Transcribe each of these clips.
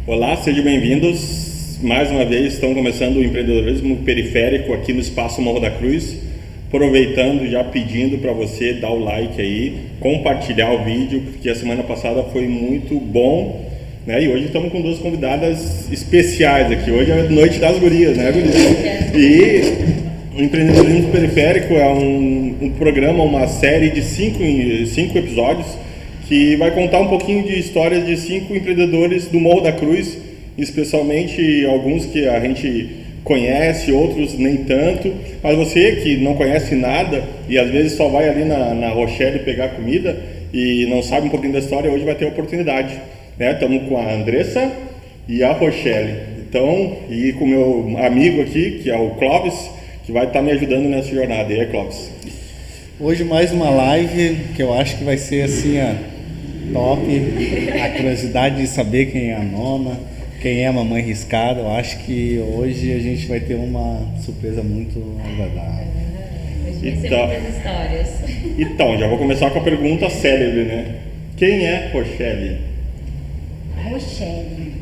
Olá, sejam bem-vindos. Mais uma vez, estamos começando o empreendedorismo periférico aqui no Espaço Morro da Cruz. Aproveitando, já pedindo para você dar o like aí, compartilhar o vídeo, porque a semana passada foi muito bom, né? E hoje estamos com duas convidadas especiais aqui. Hoje é a Noite das Gurias, né, gurias? E o empreendedorismo periférico é um programa, uma série de cinco episódios que vai contar um pouquinho de histórias de 5 empreendedores do Morro da Cruz, especialmente alguns que a gente conhece, outros nem tanto, mas você que não conhece nada e às vezes só vai ali na Rochelle pegar comida e não sabe um pouquinho da história, hoje vai ter a oportunidade, né? Estamos com a Andressa e a Rochelle, então, e com o meu amigo aqui, que é o Clóvis, que vai estar me ajudando nessa jornada. E aí, Clóvis? Hoje mais uma live que eu acho que vai ser assim, top, a curiosidade de saber quem é a Nona, quem é a Mamãe Riscada. Eu acho que hoje a gente vai ter uma surpresa muito agradável. Hoje vai ser muitas histórias. Então, já vou começar com a pergunta célebre, né? Quem é Rochelle? Rochelle.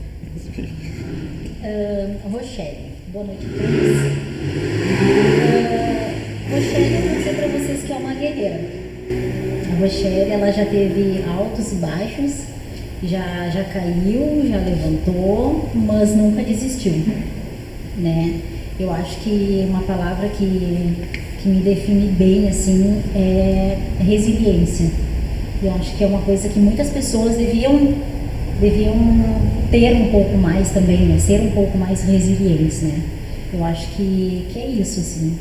Rochelle, boa noite a todos. Rochelle, eu vou dizer para vocês que é uma guerreira. A Rochelle, ela já teve altos e baixos, já caiu, já levantou, mas nunca desistiu, né? Eu acho que uma palavra que me define bem, assim, é resiliência. Eu acho que é uma coisa que muitas pessoas deviam ter um pouco mais também, né? Ser um pouco mais resilientes, né? Eu acho que é isso, assim.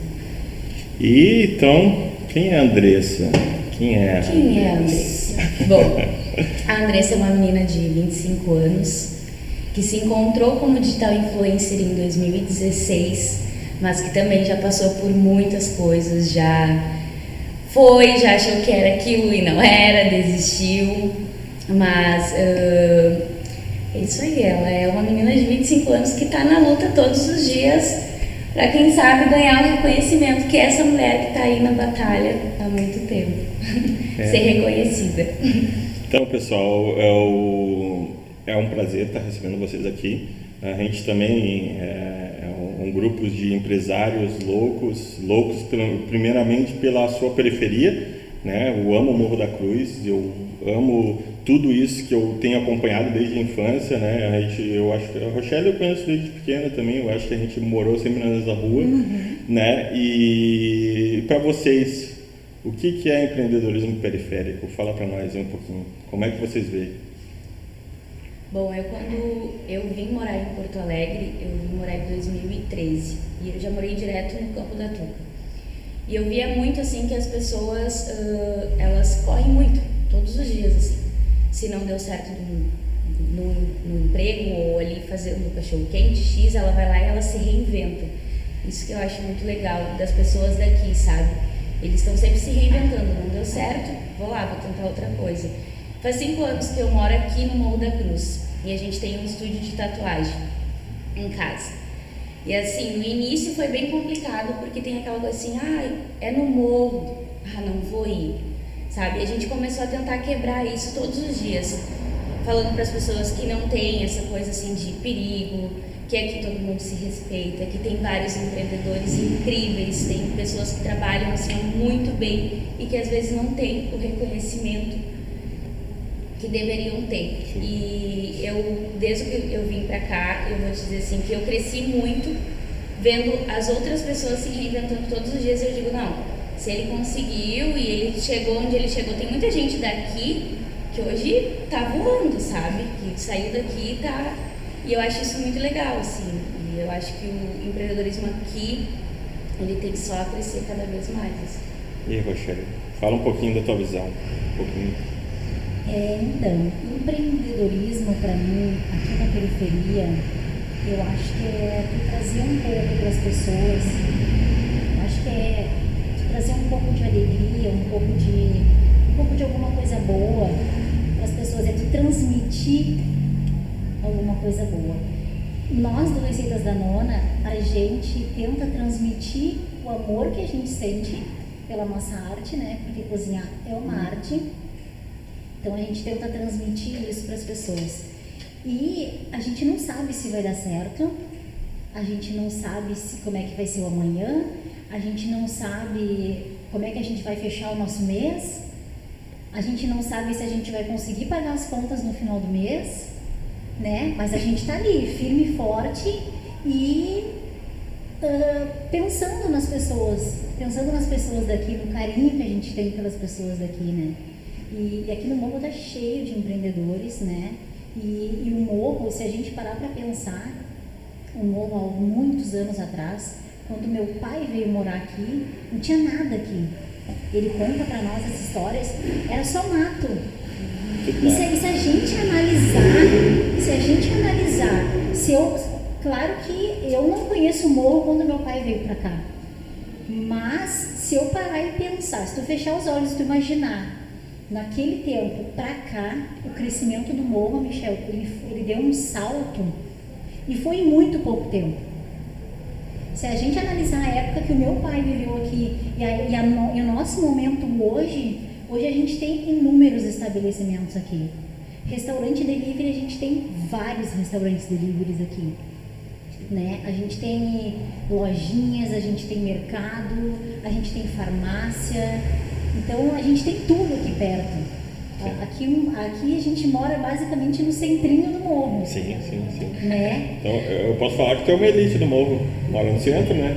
E então, quem é a Andressa? Quem é a Andressa? Bom, a Andressa é uma menina de 25 anos que se encontrou como digital influencer em 2016, mas que também já passou por muitas coisas, já achou que era aquilo e não era, desistiu, mas é isso aí, ela é uma menina de 25 anos que está na luta todos os dias para, quem sabe, ganhar o reconhecimento que essa mulher que está aí na batalha há muito tempo, ser reconhecida. Então, pessoal, é um prazer estar recebendo vocês aqui. A gente também é um grupo de empresários loucos primeiramente pela sua periferia, né? Eu amo o Morro da Cruz, eu amo tudo isso que eu tenho acompanhado desde a infância, né? Eu acho que a Rochelle eu conheço desde pequena também, eu acho que a gente morou sempre na mesma rua, né? E para vocês, o que é empreendedorismo periférico? Fala para nós um pouquinho, como é que vocês veem? Bom, quando eu vim morar em Porto Alegre, eu vim morar em 2013 e eu já morei direto no Campo da Tuca. E eu via muito, assim, que as pessoas, elas correm muito, todos os dias, assim. Se não deu certo no emprego ou ali fazendo cachorro-quente, X, ela vai lá e ela se reinventa. Isso que eu acho muito legal das pessoas daqui, sabe? Eles estão sempre se reinventando. Não deu certo, vou lá, vou tentar outra coisa. Faz 5 anos que eu moro aqui no Morro da Cruz e a gente tem um estúdio de tatuagem em casa. E assim, no início foi bem complicado porque tem aquela coisa assim, é no morro, não vou ir, sabe? E a gente começou a tentar quebrar isso todos os dias, falando para as pessoas que não tem essa coisa assim de perigo, que aqui todo mundo se respeita, que tem vários empreendedores incríveis, tem pessoas que trabalham assim muito bem e que às vezes não tem o reconhecimento que deveriam ter. E eu, desde que eu vim pra cá, eu vou te dizer assim, que eu cresci muito vendo as outras pessoas se reinventando todos os dias. Eu digo, não, se ele conseguiu e ele chegou onde ele chegou, tem muita gente daqui que hoje tá voando, sabe? Que saiu daqui e tá... E eu acho isso muito legal, assim. E eu acho que o empreendedorismo aqui, ele tem só a crescer cada vez mais, assim. E aí, Rochelle, fala um pouquinho da tua visão, um pouquinho. Então, empreendedorismo para mim, aqui na periferia, eu acho que é trazer um pouco para as pessoas, eu acho que é trazer um pouco de alegria, um pouco de alguma coisa boa para as pessoas, é transmitir alguma coisa boa. Nós do Receitas da Nona, a gente tenta transmitir o amor que a gente sente pela nossa arte, né? Porque cozinhar é uma arte. Então a gente tenta transmitir isso para as pessoas. E a gente não sabe se vai dar certo, a gente não sabe como é que vai ser o amanhã, a gente não sabe como é que a gente vai fechar o nosso mês, a gente não sabe se a gente vai conseguir pagar as contas no final do mês, né? Mas a gente tá ali, firme e forte e pensando nas pessoas daqui, no carinho que a gente tem pelas pessoas daqui, né? E aqui no Morro tá cheio de empreendedores, né? E o Morro, se a gente parar para pensar, o Morro há muitos anos atrás, quando meu pai veio morar aqui, não tinha nada aqui. Ele conta para nós as histórias, era só mato. E se a gente analisar, claro que eu não conheço o Morro quando meu pai veio para cá, mas se eu parar e pensar, se tu fechar os olhos e tu imaginar, naquele tempo para cá, o crescimento do Morro, Michel, ele deu um salto e foi em muito pouco tempo. Se a gente analisar a época que o meu pai viveu aqui e o nosso momento hoje a gente tem inúmeros estabelecimentos aqui. Restaurante delivery, a gente tem vários restaurantes deliveries aqui, né? A gente tem lojinhas, a gente tem mercado, a gente tem farmácia, então a gente tem tudo aqui perto. Aqui a gente mora basicamente no centrinho do morro. Sim. Né? Então eu posso falar que tu é uma elite do morro, mora no centro, né?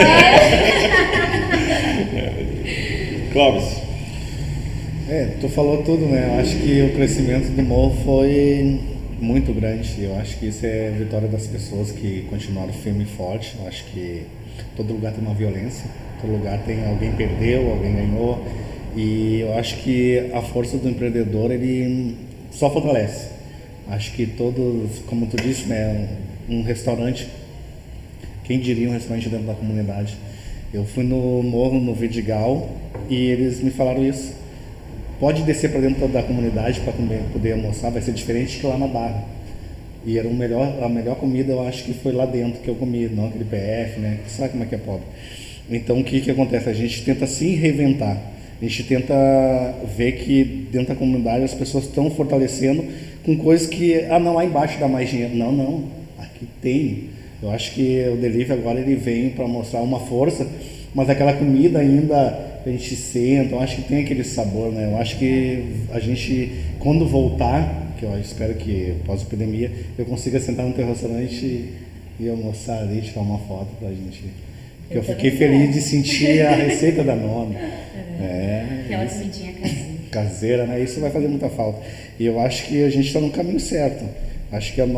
Clóvis. Tu falou tudo, né? Eu acho que o crescimento do morro foi muito grande. Eu acho que isso é a vitória das pessoas que continuaram firme e forte. Eu acho que todo lugar tem uma violência, todo lugar tem alguém perdeu, alguém ganhou. E eu acho que a força do empreendedor, ele só fortalece. Acho que todos, como tu disse, né? Um restaurante, quem diria um restaurante dentro da comunidade? Eu fui no morro, no Vidigal, e eles me falaram isso. Pode descer para dentro da comunidade para poder almoçar, vai ser diferente que lá na Barra. E era a melhor comida, eu acho que foi lá dentro que eu comi, não aquele PF, né? Sabe como é que é pobre? Então o que acontece? A gente tenta se reinventar. A gente tenta ver que dentro da comunidade as pessoas estão fortalecendo com coisas que, não, lá embaixo dá mais dinheiro. Não, aqui tem. Eu acho que o delivery agora ele vem para mostrar uma força, mas aquela comida ainda a gente senta, eu acho que tem aquele sabor, né? Eu acho que a gente, quando voltar, que eu espero que pós-epidemia, eu consiga sentar no teu restaurante e almoçar ali, tirar uma foto pra gente. Porque eu fiquei feliz de sentir a receita da nona. Aquela comidinha caseira, né? Isso vai fazer muita falta. E eu acho que a gente está no caminho certo. Acho que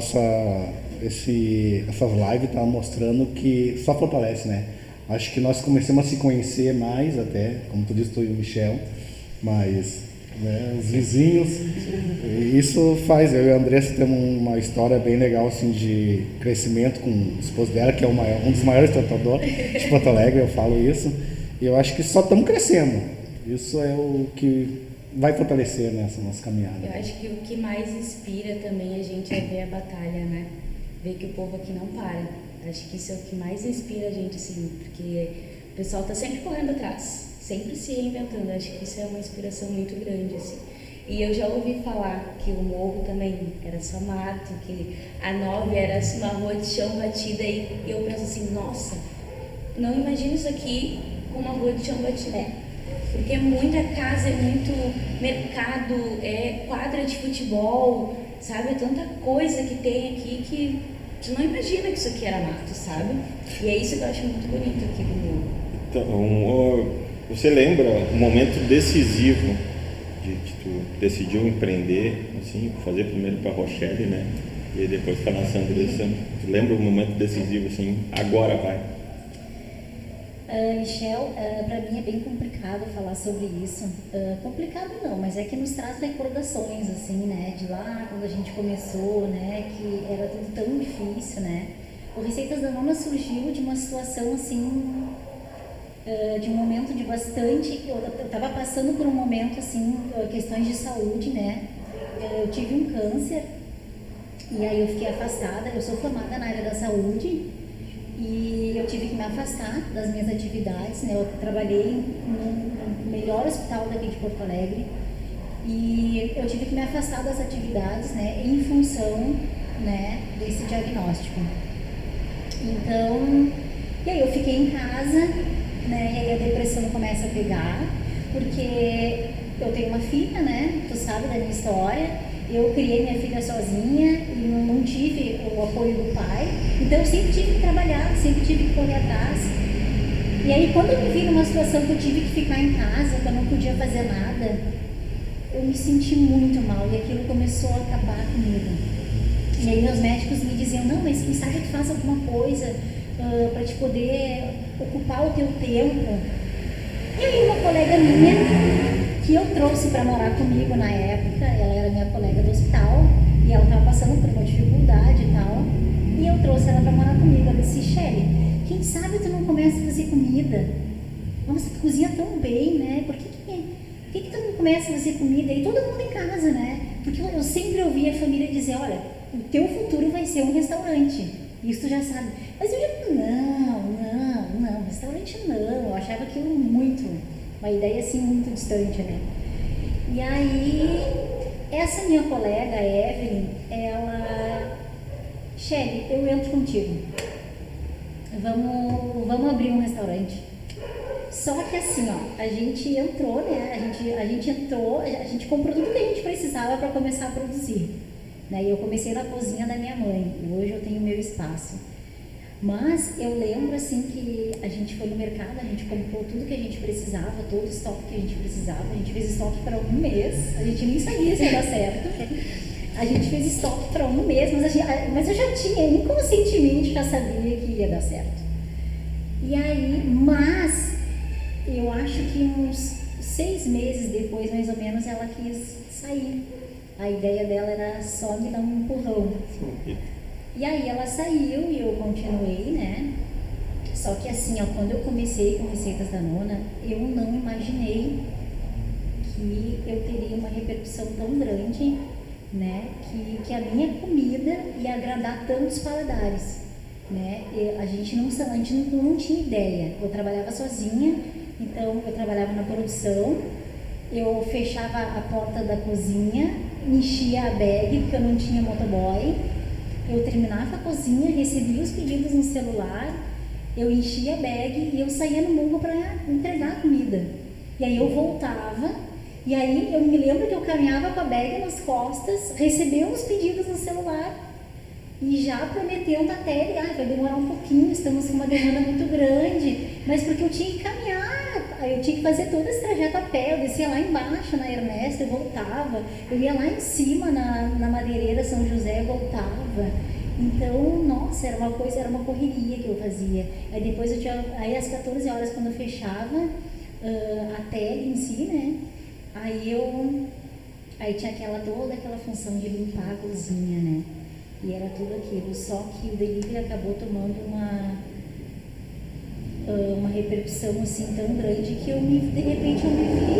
essas lives tá mostrando que só fortalece, né? Acho que nós começamos a se conhecer mais até, como tu disse, tu e o Michel, mas os vizinhos, isso faz, eu e a Andressa temos uma história bem legal assim, de crescimento com o esposo dela, que é um dos maiores tratadores de Porto Alegre, eu falo isso, e eu acho que só estamos crescendo, isso é o que vai fortalecer nessa nossa caminhada. Eu acho que o que mais inspira também a gente é ver a batalha, né? Ver que o povo aqui não para. Acho que isso é o que mais inspira a gente, assim, porque o pessoal tá sempre correndo atrás, sempre se reinventando. Acho que isso é uma inspiração muito grande, assim. E eu já ouvi falar que o morro também era só mato, que a 9 era uma rua de chão batida, e eu penso assim, nossa, não imagino isso aqui com uma rua de chão batida. Porque é muita casa, é muito mercado, é quadra de futebol, sabe? É tanta coisa que tem aqui que tu não imagina que isso aqui era mato, sabe? E é isso que eu acho muito bonito aqui do morro. Então, você lembra um momento decisivo de que tu decidiu empreender, assim, fazer primeiro para a Rochelle, né? E depois para a Andressa. Tu lembra um momento decisivo, assim, agora vai? Michel, para mim é bem complicado falar sobre isso. Complicado não, mas é que nos traz recordações, assim, né? De lá, quando a gente começou, né? Que era tudo tão difícil, né? O Receitas da Nona surgiu de uma situação, assim, de um momento de bastante... Eu estava passando por um momento, assim, questões de saúde, né? Eu tive um câncer e aí eu fiquei afastada. Eu sou formada na área da saúde. E eu tive que me afastar das minhas atividades, né? Eu trabalhei no melhor hospital daqui de Porto Alegre E eu tive que me afastar das atividades, né, em função, né, desse diagnóstico. Então, e aí eu fiquei em casa, né, e aí a depressão começa a pegar, porque eu tenho uma filha, né, tu sabe da minha história, eu criei minha filha sozinha e não tive o apoio do pai, então eu sempre tive que trabalhar, sempre tive que correr atrás. E aí quando eu me vi numa situação que eu tive que ficar em casa, que eu não podia fazer nada, eu me senti muito mal e aquilo começou a acabar comigo. E aí meus médicos me diziam, não, mas quem sabe que faz alguma coisa para te poder ocupar o teu tempo. E aí uma colega minha, que eu trouxe para morar comigo na época, ela era minha colega do hospital, e ela estava passando por uma dificuldade e tal, e eu trouxe ela para morar comigo. Ela disse, Shelly, quem sabe tu não começa a fazer comida? Nossa, tu cozinha tão bem, né? Por que tu não começa a fazer comida? E todo mundo em casa, né? Porque eu sempre ouvia a família dizer, olha, o teu futuro vai ser um restaurante. Isso tu já sabe. Mas eu já, não, restaurante não. Eu achava aquilo uma ideia assim muito distante, né? E aí, essa minha colega, a Evelyn, ela, Shelly, eu entro contigo. Vamos abrir um restaurante. Só que assim, ó, a gente entrou, né? A gente comprou tudo que a gente precisava para começar a produzir. Né? E eu comecei na cozinha da minha mãe, e hoje eu tenho meu espaço. Mas eu lembro assim que a gente foi no mercado, a gente comprou tudo que a gente precisava, todo o estoque que a gente precisava, a gente fez estoque para um mês, a gente nem sabia se ia dar certo. A gente fez estoque para um mês, mas eu já tinha, inconscientemente já sabia que ia dar certo. E aí, mas eu acho que uns 6 meses depois, mais ou menos, ela quis sair. A ideia dela era só me dar um empurrão. E aí ela saiu e eu continuei, né? Só que assim, ó, quando eu comecei com Receitas da Nona, eu não imaginei que eu teria uma repercussão tão grande, né? Que a minha comida ia agradar tantos paladares, né? A gente não tinha ideia. Eu trabalhava sozinha, então eu trabalhava na produção, eu fechava a porta da cozinha, enchia a bag, porque eu não tinha motoboy, eu terminava a cozinha, recebia os pedidos no celular, eu enchia a bag e eu saía no mundo para entregar a comida. E aí eu voltava, e aí eu me lembro que eu caminhava com a bag nas costas, recebia os pedidos no celular, e já prometendo até, vai demorar um pouquinho, estamos com uma demanda muito grande, mas porque eu tinha que caminhar, eu tinha que fazer todo esse trajeto a pé, eu descia lá embaixo na Ernesto e voltava, eu ia lá em cima na Madeireira São José e voltava. Então, nossa, era uma correria que eu fazia. Aí depois aí às 14 horas quando eu fechava a tele em si, né, aí tinha toda aquela função de limpar a cozinha, né. E era tudo aquilo, só que o delivery acabou tomando uma repercussão assim tão grande que de repente eu me vi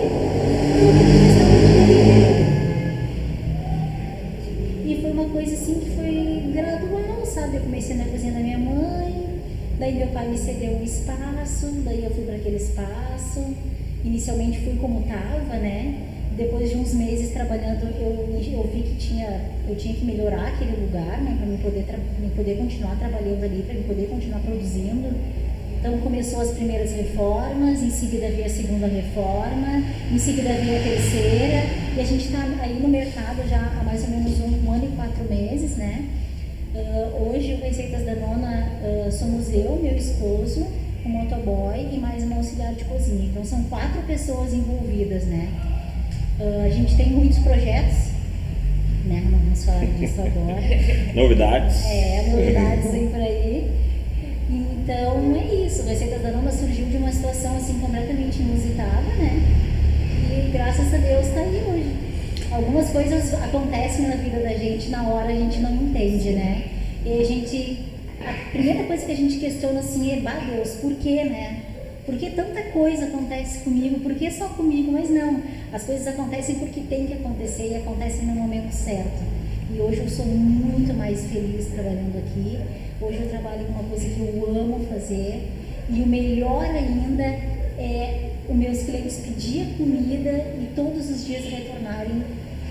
e foi uma coisa assim que foi gradual, sabe? Eu comecei na cozinha da minha mãe, daí meu pai me cedeu um espaço, daí eu fui para aquele espaço, inicialmente fui como estava, né? Depois de uns meses trabalhando, eu vi que eu tinha que melhorar aquele lugar, né, para me poder continuar trabalhando ali, para me poder continuar produzindo. Então começou as primeiras reformas, em seguida veio a segunda reforma, em seguida veio a terceira, e a gente está aí no mercado já há mais ou menos 1 ano e 4 meses, né? Hoje o Receitas da Nona somos eu, meu esposo, um motoboy e mais uma auxiliar de cozinha. Então são 4 pessoas envolvidas, né? A gente tem muitos projetos, né? Não vamos falar disso agora. Novidades. Novidades aí por aí. Então é isso, o Receitas da Nona surgiu de uma situação assim completamente inusitada, né? E graças a Deus está aí hoje. Algumas coisas acontecem na vida da gente, na hora a gente não entende, né? E a primeira coisa que a gente questiona assim é, Deus, por quê, né? Por que tanta coisa acontece comigo? Por que só comigo? Mas não, as coisas acontecem porque tem que acontecer e acontecem no momento certo. E hoje eu sou muito mais feliz trabalhando aqui. Hoje eu trabalho com uma coisa que eu amo fazer. E o melhor ainda é os meus clientes pedir comida e todos os dias retornarem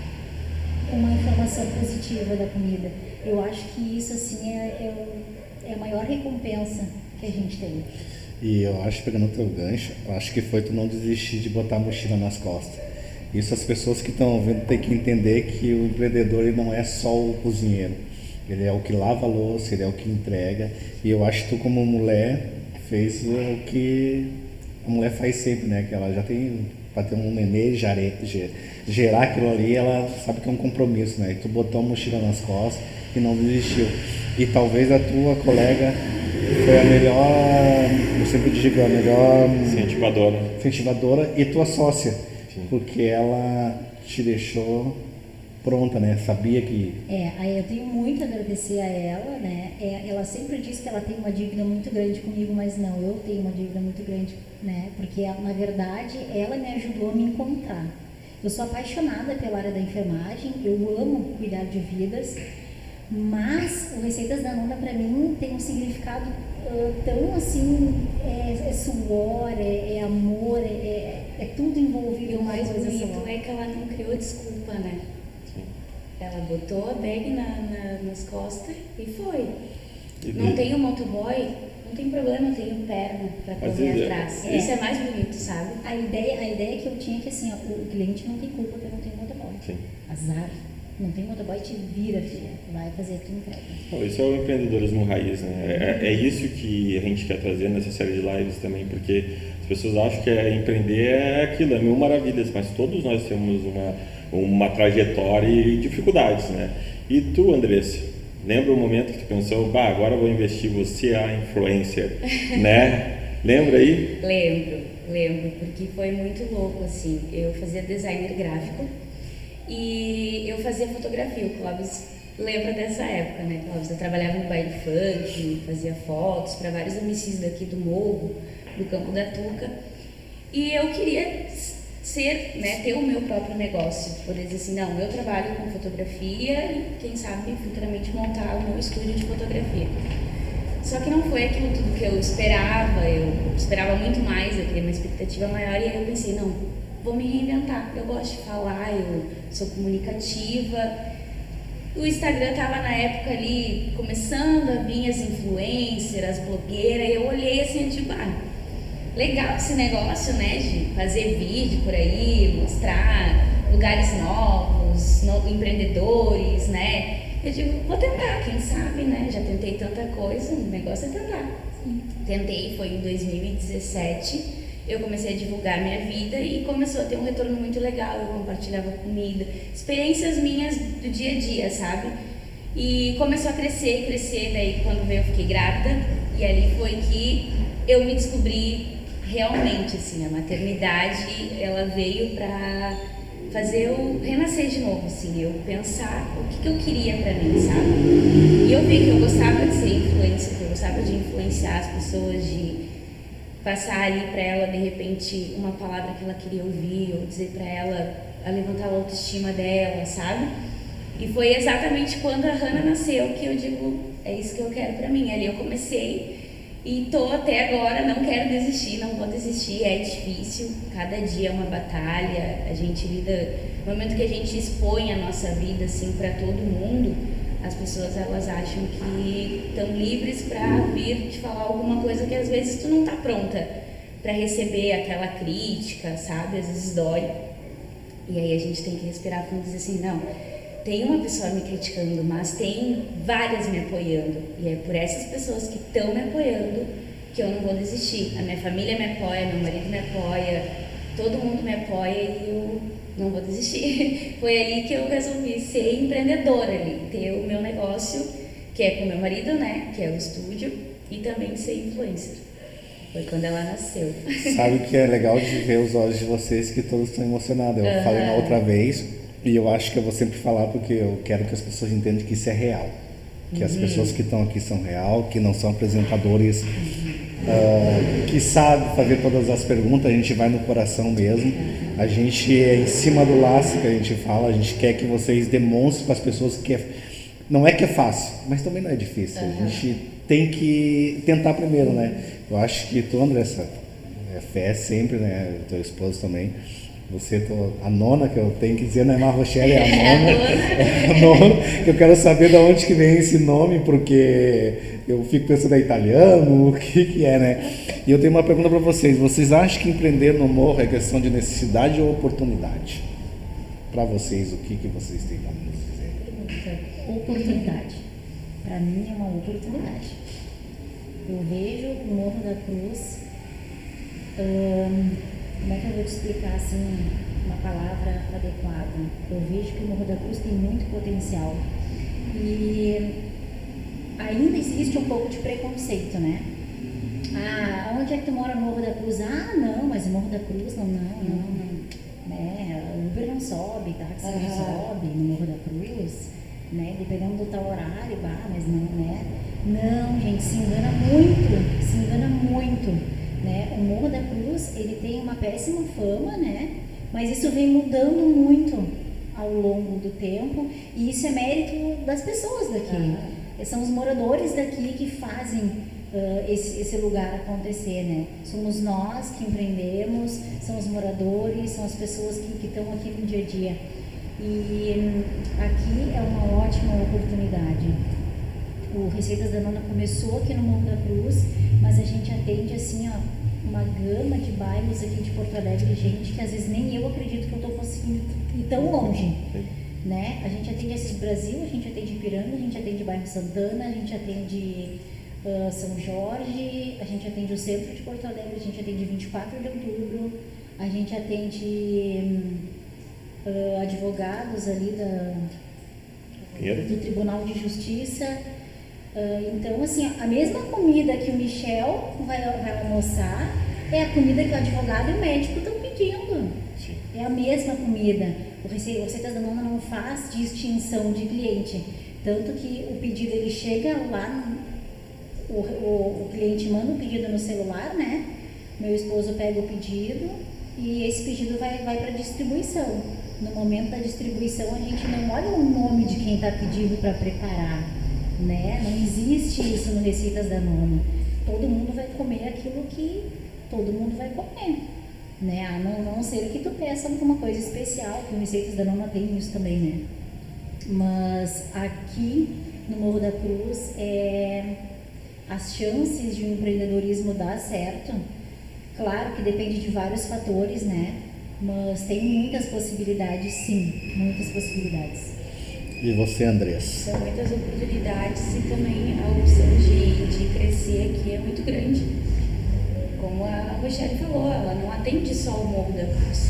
com uma informação positiva da comida. Eu acho que isso assim é a maior recompensa que a gente tem. E eu acho, pegando o teu gancho, eu acho que foi tu não desistir de botar a mochila nas costas. Isso as pessoas que estão ouvindo têm que entender que o empreendedor ele não é só o cozinheiro. Ele é o que lava a louça, ele é o que entrega. E eu acho que tu, como mulher, fez o que a mulher faz sempre, né? Que ela já tem, para ter um nenê, gerar aquilo ali, ela sabe que é um compromisso, né? E tu botou a mochila nas costas e não desistiu. E talvez a tua colega foi a melhor, eu sempre digo, a melhor incentivadora e tua sócia. Sim. Porque ela te deixou pronta, né? Sabia que... Aí eu tenho muito a agradecer a ela, né? Ela sempre diz que ela tem uma dívida muito grande comigo, mas não, eu tenho uma dívida muito grande, né? Porque, na verdade, ela me ajudou a me encontrar. Eu sou apaixonada pela área da enfermagem, eu amo cuidar de vidas, mas o Receitas da Nona, para mim, tem um significado tão, assim, é suor, é amor, é tudo envolvido. E o mais bonito é que ela não criou desculpa, né? Ela botou a bag nas costas e foi. Não tenho motoboy, não tem problema, eu tenho perna para correr atrás. Isso é mais bonito, sabe? A ideia que eu tinha é que assim, o cliente não tem culpa que eu não tenho motoboy. Sim. Azar. Não tem motoboy, te vira, filha. Vai fazer a tua entrega. Isso é o empreendedorismo raiz, né? É isso que a gente quer trazer nessa série de lives também, porque as pessoas acham que empreender é aquilo, é mil maravilhas, mas todos nós temos uma trajetória e dificuldades, né? E tu, Andressa, lembra o momento que tu pensou, agora eu vou investir, você é a influencer, né? Lembra aí? Lembro, porque foi muito louco, assim. Eu fazia designer gráfico e eu fazia fotografia. O Clóvis lembra dessa época, né, Clóvis? Eu trabalhava no baile funk, fazia fotos para vários MCs daqui do Morro, do Campo da Tuca, e eu queria ter o meu próprio negócio, poder dizer assim, não, eu trabalho com fotografia e quem sabe futuramente montar o meu estúdio de fotografia. Só que não foi aquilo tudo que eu esperava muito mais, eu queria uma expectativa maior, e aí eu pensei, não, vou me reinventar, eu gosto de falar, eu sou comunicativa. O Instagram estava na época ali, começando a vir as influencers, as blogueiras, e eu olhei assim, tipo, legal esse negócio, né, de fazer vídeo por aí, mostrar lugares novos, empreendedores, né? Eu digo, vou tentar, quem sabe, né? Já tentei tanta coisa, o negócio é tentar. Tentei, foi em 2017, eu comecei a divulgar minha vida e começou a ter um retorno muito legal, eu compartilhava comida, experiências minhas do dia a dia, sabe? E começou a crescer, daí quando veio eu fiquei grávida, e ali foi que eu me descobri realmente, assim, a maternidade, ela veio para fazer eu renascer de novo, assim, eu pensar o que eu queria para mim, sabe? E eu vi que eu gostava de ser influencer, que eu gostava de influenciar as pessoas, de passar ali para ela, de repente, uma palavra que ela queria ouvir, ou dizer para ela, a levantar a autoestima dela, sabe? E foi exatamente quando a Hannah nasceu que eu digo, é isso que eu quero para mim. Ali eu comecei e tô até agora, não quero desistir, não vou desistir, é difícil, cada dia é uma batalha, a gente lida, no momento que a gente expõe a nossa vida assim para todo mundo, as pessoas elas acham que estão livres para vir te falar alguma coisa que às vezes tu não tá pronta para receber aquela crítica, sabe? Às vezes dói. E aí a gente tem que respirar fundo e dizer assim, não, tem uma pessoa me criticando, mas tem várias me apoiando. E é por essas pessoas que estão me apoiando que eu não vou desistir. A minha família me apoia, meu marido me apoia, todo mundo me apoia e eu não vou desistir. Foi ali que eu resolvi ser empreendedora ali, ter o meu negócio, que é com meu marido, né, que é o estúdio, e também ser influencer. Foi quando ela nasceu. Sabe que é legal de ver os olhos de vocês que todos estão emocionados. Eu falei na outra vez, e eu acho que eu vou sempre falar porque eu quero que as pessoas entendam que isso é real. Que as pessoas que estão aqui são real, que não são apresentadores que sabem fazer todas as perguntas, a gente vai no coração mesmo. A gente é em cima do laço que a gente fala, a gente quer que vocês demonstrem para as pessoas que não é que é fácil, mas também não é difícil. A gente tem que tentar primeiro, né? Eu acho que tu, Andressa, fé sempre, né? Teu esposo também. Você, a nona, que eu tenho que dizer, não é Marrochelle, é a nona. É a nona. Eu quero saber de onde que vem esse nome, porque eu fico pensando, é italiano, o que é, né? E eu tenho uma pergunta para vocês. Vocês acham que empreender no morro é questão de necessidade ou oportunidade? Para vocês, o que vocês têm para nos dizer? Oportunidade. Para mim é uma oportunidade. Eu vejo o Morro da Cruz, como é que eu vou te explicar assim uma palavra adequada? Eu vejo que o Morro da Cruz tem muito potencial e ainda existe um pouco de preconceito, né? Ah, onde é que tu mora no Morro da Cruz? Ah, não, mas o Morro da Cruz não, né? O Uber não sobe, táxi não sobe no Morro da Cruz, né? Dependendo do tal horário, mas não, né? Não, gente, se engana muito. Né? O Morro da Cruz, ele tem uma péssima fama, né? Mas isso vem mudando muito ao longo do tempo e isso é mérito das pessoas daqui. São os moradores daqui que fazem esse lugar acontecer, né? Somos nós que empreendemos, são os moradores, são as pessoas que estão aqui no dia a dia. E aqui é uma ótima oportunidade. O Receitas da Nona começou aqui no Morro da Cruz, mas a gente atende assim, ó, uma gama de bairros aqui de Porto Alegre, gente que às vezes nem eu acredito que eu estou conseguindo ir tão longe, né? A gente atende Assis Brasil, a gente atende Ipiranga, a gente atende bairro Santana, a gente atende São Jorge, a gente atende o centro de Porto Alegre, a gente atende 24 de outubro, a gente atende advogados ali do Tribunal de Justiça. Então, assim, a mesma comida que o Michel vai almoçar é a comida que o advogado e o médico estão pedindo. Sim. É a mesma comida. O Receitas da Nona não faz distinção de cliente. Tanto que o pedido, ele chega lá, o cliente manda o pedido no celular, né? Meu esposo pega o pedido e esse pedido vai para distribuição. No momento da distribuição, a gente não olha o nome de quem está pedindo para preparar. Né? Não existe isso no Receitas da Nona. Todo mundo vai comer aquilo que todo mundo vai comer, né? A não ser que tu peça alguma coisa especial, que o Receitas da Nona tem isso também, né? Mas aqui no Morro da Cruz, as chances de um empreendedorismo dar certo, claro que depende de vários fatores, né? Mas tem muitas possibilidades, sim, muitas possibilidades. E você, Andrés? São muitas oportunidades e também a opção de crescer aqui é muito grande. Como a Rochelle falou, ela não atende só o Morro da Cruz.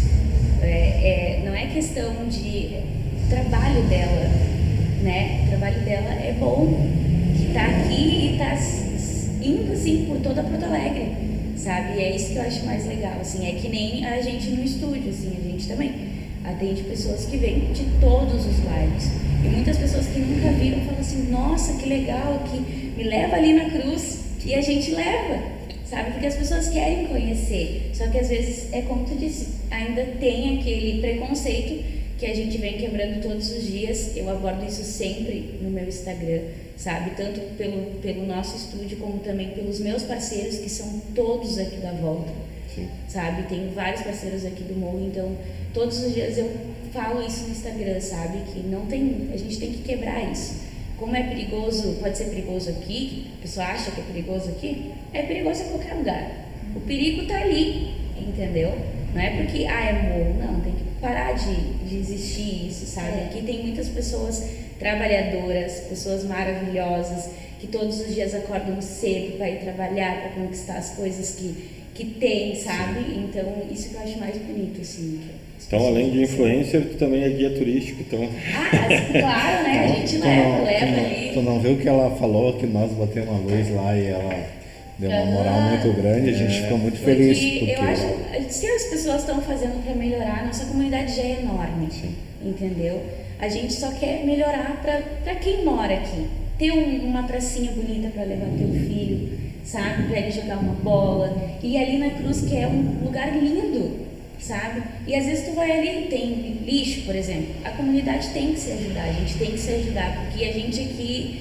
Não é questão de trabalho dela, né? O trabalho dela é bom, que está aqui e está indo assim por toda Porto Alegre, sabe? E é isso que eu acho mais legal, assim, é que nem a gente no estúdio, assim, a gente também atende pessoas que vêm de todos os bairros. E muitas pessoas que nunca viram falam assim, nossa, que legal, que me leva ali na Cruz. E a gente leva, sabe? Porque as pessoas querem conhecer. Só que às vezes, como tu disse, ainda tem aquele preconceito que a gente vem quebrando todos os dias. Eu abordo isso sempre no meu Instagram, sabe? Tanto pelo nosso estúdio, como também pelos meus parceiros, que são todos aqui da volta. Sim. Sabe? Tem vários parceiros aqui do Morro, então todos os dias eu falo isso no Instagram, sabe? Que a gente tem que quebrar isso. Como é perigoso, pode ser perigoso aqui, a pessoa acha que é perigoso aqui, é perigoso em qualquer lugar. O perigo tá ali, entendeu? Não é porque, é morro, não, tem que parar de existir isso, sabe? Aqui tem muitas pessoas trabalhadoras, pessoas maravilhosas, que todos os dias acordam cedo para ir trabalhar, para conquistar as coisas que tem, sabe? Então, isso que eu acho mais bonito, assim. Então, além de influencer, tu também é guia turístico, então... Claro, né? A gente leva ali. Tu não viu que ela falou que nós botemos uma luz lá e ela deu uma moral muito grande, a gente ficou muito feliz. Porque eu acho, se as pessoas estão fazendo para melhorar, nossa comunidade já é enorme, entendeu? A gente só quer melhorar para quem mora aqui. Ter uma pracinha bonita para levar teu filho, sabe? Para ele jogar uma bola. E ali na Cruz, que é um lugar lindo, sabe? E às vezes tu vai ali, tem lixo, por exemplo. A comunidade tem que se ajudar, a gente tem que se ajudar, porque a gente aqui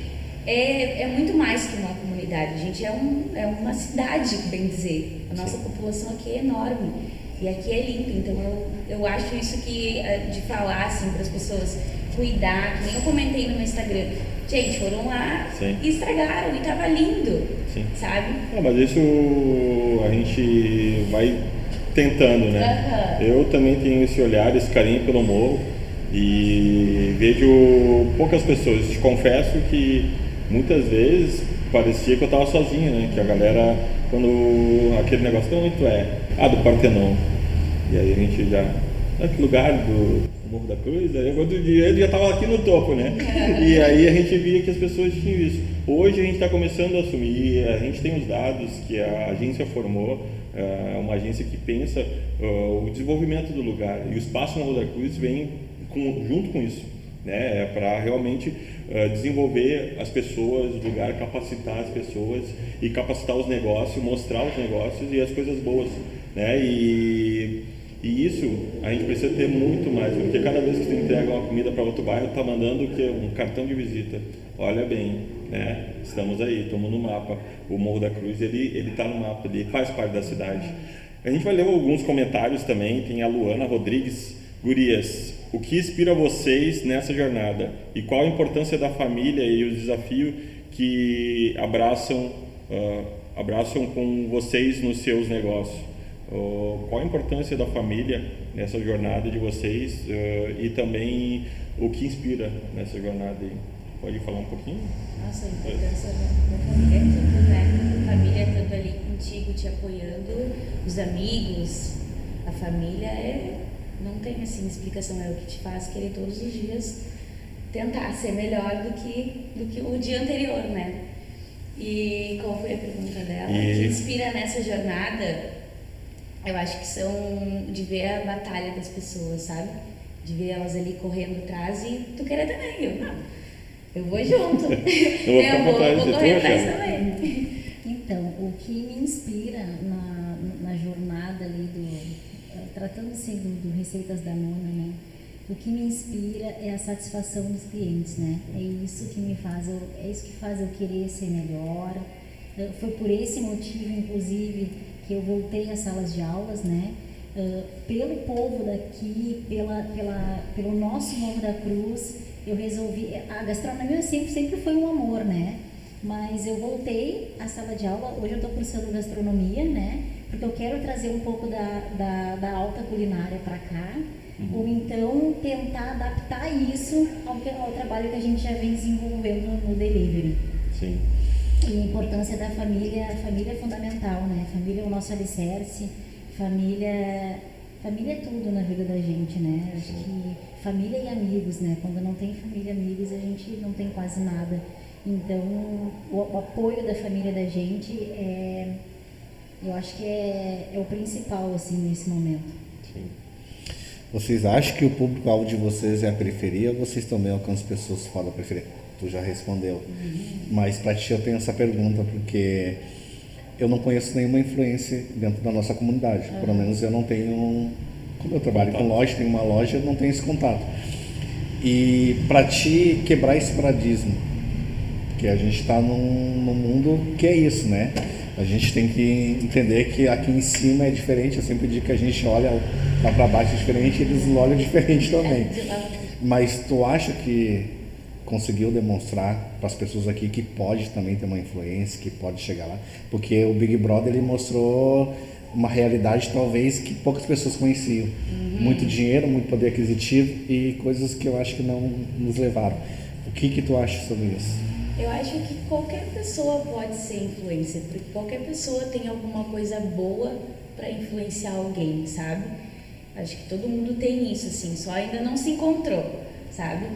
é muito mais que uma comunidade, a gente é uma cidade, bem dizer. A nossa população aqui é enorme e aqui é limpo, então eu acho isso que de falar assim para as pessoas cuidar, que nem eu comentei no meu Instagram. Gente, foram lá e estragaram e tava lindo, sabe? Mas isso a gente vai tentando, né? Eu também tenho esse olhar, esse carinho pelo morro e vejo poucas pessoas. Te confesso que muitas vezes parecia que eu estava sozinho, né? Que a galera, quando aquele negócio, de onde tu é? Do Partenon. E aí a gente já, que lugar do Morro da Cruz? Aí outro dia ele já estava aqui no topo, né? E aí a gente via que as pessoas tinham isso. Hoje a gente está começando a assumir, a gente tem os dados que a agência formou, uma agência que pensa o desenvolvimento do lugar. E o Espaço Morro da Cruz vem junto com isso, né? Para realmente desenvolver as pessoas, o lugar, capacitar as pessoas e capacitar os negócios, mostrar os negócios e as coisas boas, né? E isso a gente precisa ter muito mais, porque cada vez que tu entrega uma comida para outro bairro, tá mandando o quê? Um cartão de visita. Olha bem, né? Estamos aí, estamos no mapa. O Morro da Cruz, ele tá no mapa, ele faz parte da cidade. A gente vai ler alguns comentários também. Tem a Luana Rodrigues. Gurias, o que inspira vocês nessa jornada? E qual a importância da família e os desafios que abraçam com vocês nos seus negócios? Qual a importância da família nessa jornada de vocês e também o que inspira nessa jornada aí? Pode falar um pouquinho? Nossa, a importância da família é tudo, né? A família estando ali contigo, te apoiando, os amigos, a família não tem assim explicação, é o que te faz querer todos os dias tentar ser melhor do que o dia anterior, né? E qual foi a pergunta dela? O que inspira nessa jornada? Eu acho que são de ver a batalha das pessoas, sabe? De ver elas ali correndo atrás e tu querer também. Eu vou junto. Eu vou correr atrás também. Então, o que me inspira na jornada ali tratando-se do Receitas da Nona, né? O que me inspira é a satisfação dos clientes, né? É isso que faz eu querer ser melhor. Foi por esse motivo, inclusive, que eu voltei às salas de aulas, né? Pelo povo daqui, pelo nosso Morro da Cruz, eu resolvi... A gastronomia sempre foi um amor, né? Mas eu voltei à sala de aula, hoje eu estou cursando gastronomia, né? Porque eu quero trazer um pouco da alta culinária para cá, ou então tentar adaptar isso ao trabalho que a gente já vem desenvolvendo no delivery. Sim. E a importância da família, a família é fundamental, né? A família é o nosso alicerce, família é tudo na vida da gente, né? Acho que família e amigos, né? Quando não tem família e amigos, a gente não tem quase nada. Então, o apoio da família da gente eu acho que é o principal, assim, nesse momento. Sim. Vocês acham que o público-alvo de vocês é a periferia ou vocês também alcançam pessoas fora da periferia? Tu já respondeu. Mas para ti eu tenho essa pergunta porque eu não conheço nenhuma influência dentro da nossa comunidade. Pelo menos eu não tenho... Como eu trabalho com loja, tenho uma loja, eu não tenho esse contato. E para ti quebrar esse paradigma, porque a gente está num mundo que é isso, né? A gente tem que entender que aqui em cima é diferente. Eu sempre digo que a gente olha lá para baixo é diferente, eles olham diferente também. Mas tu acha que conseguiu demonstrar para as pessoas aqui que pode também ter uma influência, que pode chegar lá? Porque o Big Brother ele mostrou uma realidade talvez que poucas pessoas conheciam. Muito dinheiro, muito poder aquisitivo e coisas que eu acho que não nos levaram. O que tu acha sobre isso? Eu acho que qualquer pessoa pode ser influencer, porque qualquer pessoa tem alguma coisa boa para influenciar alguém, sabe? Acho que todo mundo tem isso, assim, só ainda não se encontrou, sabe?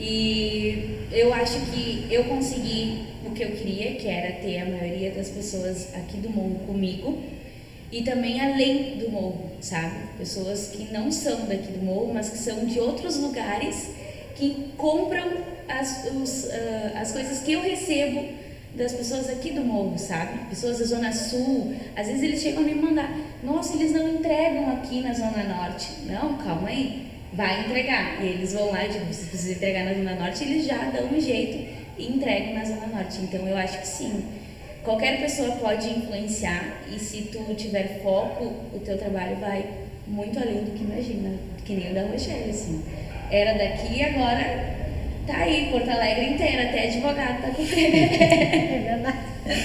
E eu acho que eu consegui o que eu queria, que era ter a maioria das pessoas aqui do morro comigo e também além do morro, sabe? Pessoas que não são daqui do morro, mas que são de outros lugares, que compram as coisas que eu recebo das pessoas aqui do morro, sabe? Pessoas da Zona Sul, às vezes eles chegam a me mandar, nossa, eles não entregam aqui na Zona Norte. Não, calma aí, vai entregar. E eles vão lá e dizem, se precisa entregar na Zona Norte, eles já dão um jeito e entrego na Zona Norte. Então eu acho que sim, qualquer pessoa pode influenciar, e se tu tiver foco, o teu trabalho vai muito além do que imagina, que nem o da Rochelle, assim. Era daqui e agora tá aí, Porto Alegre inteira, até advogado tá com É verdade.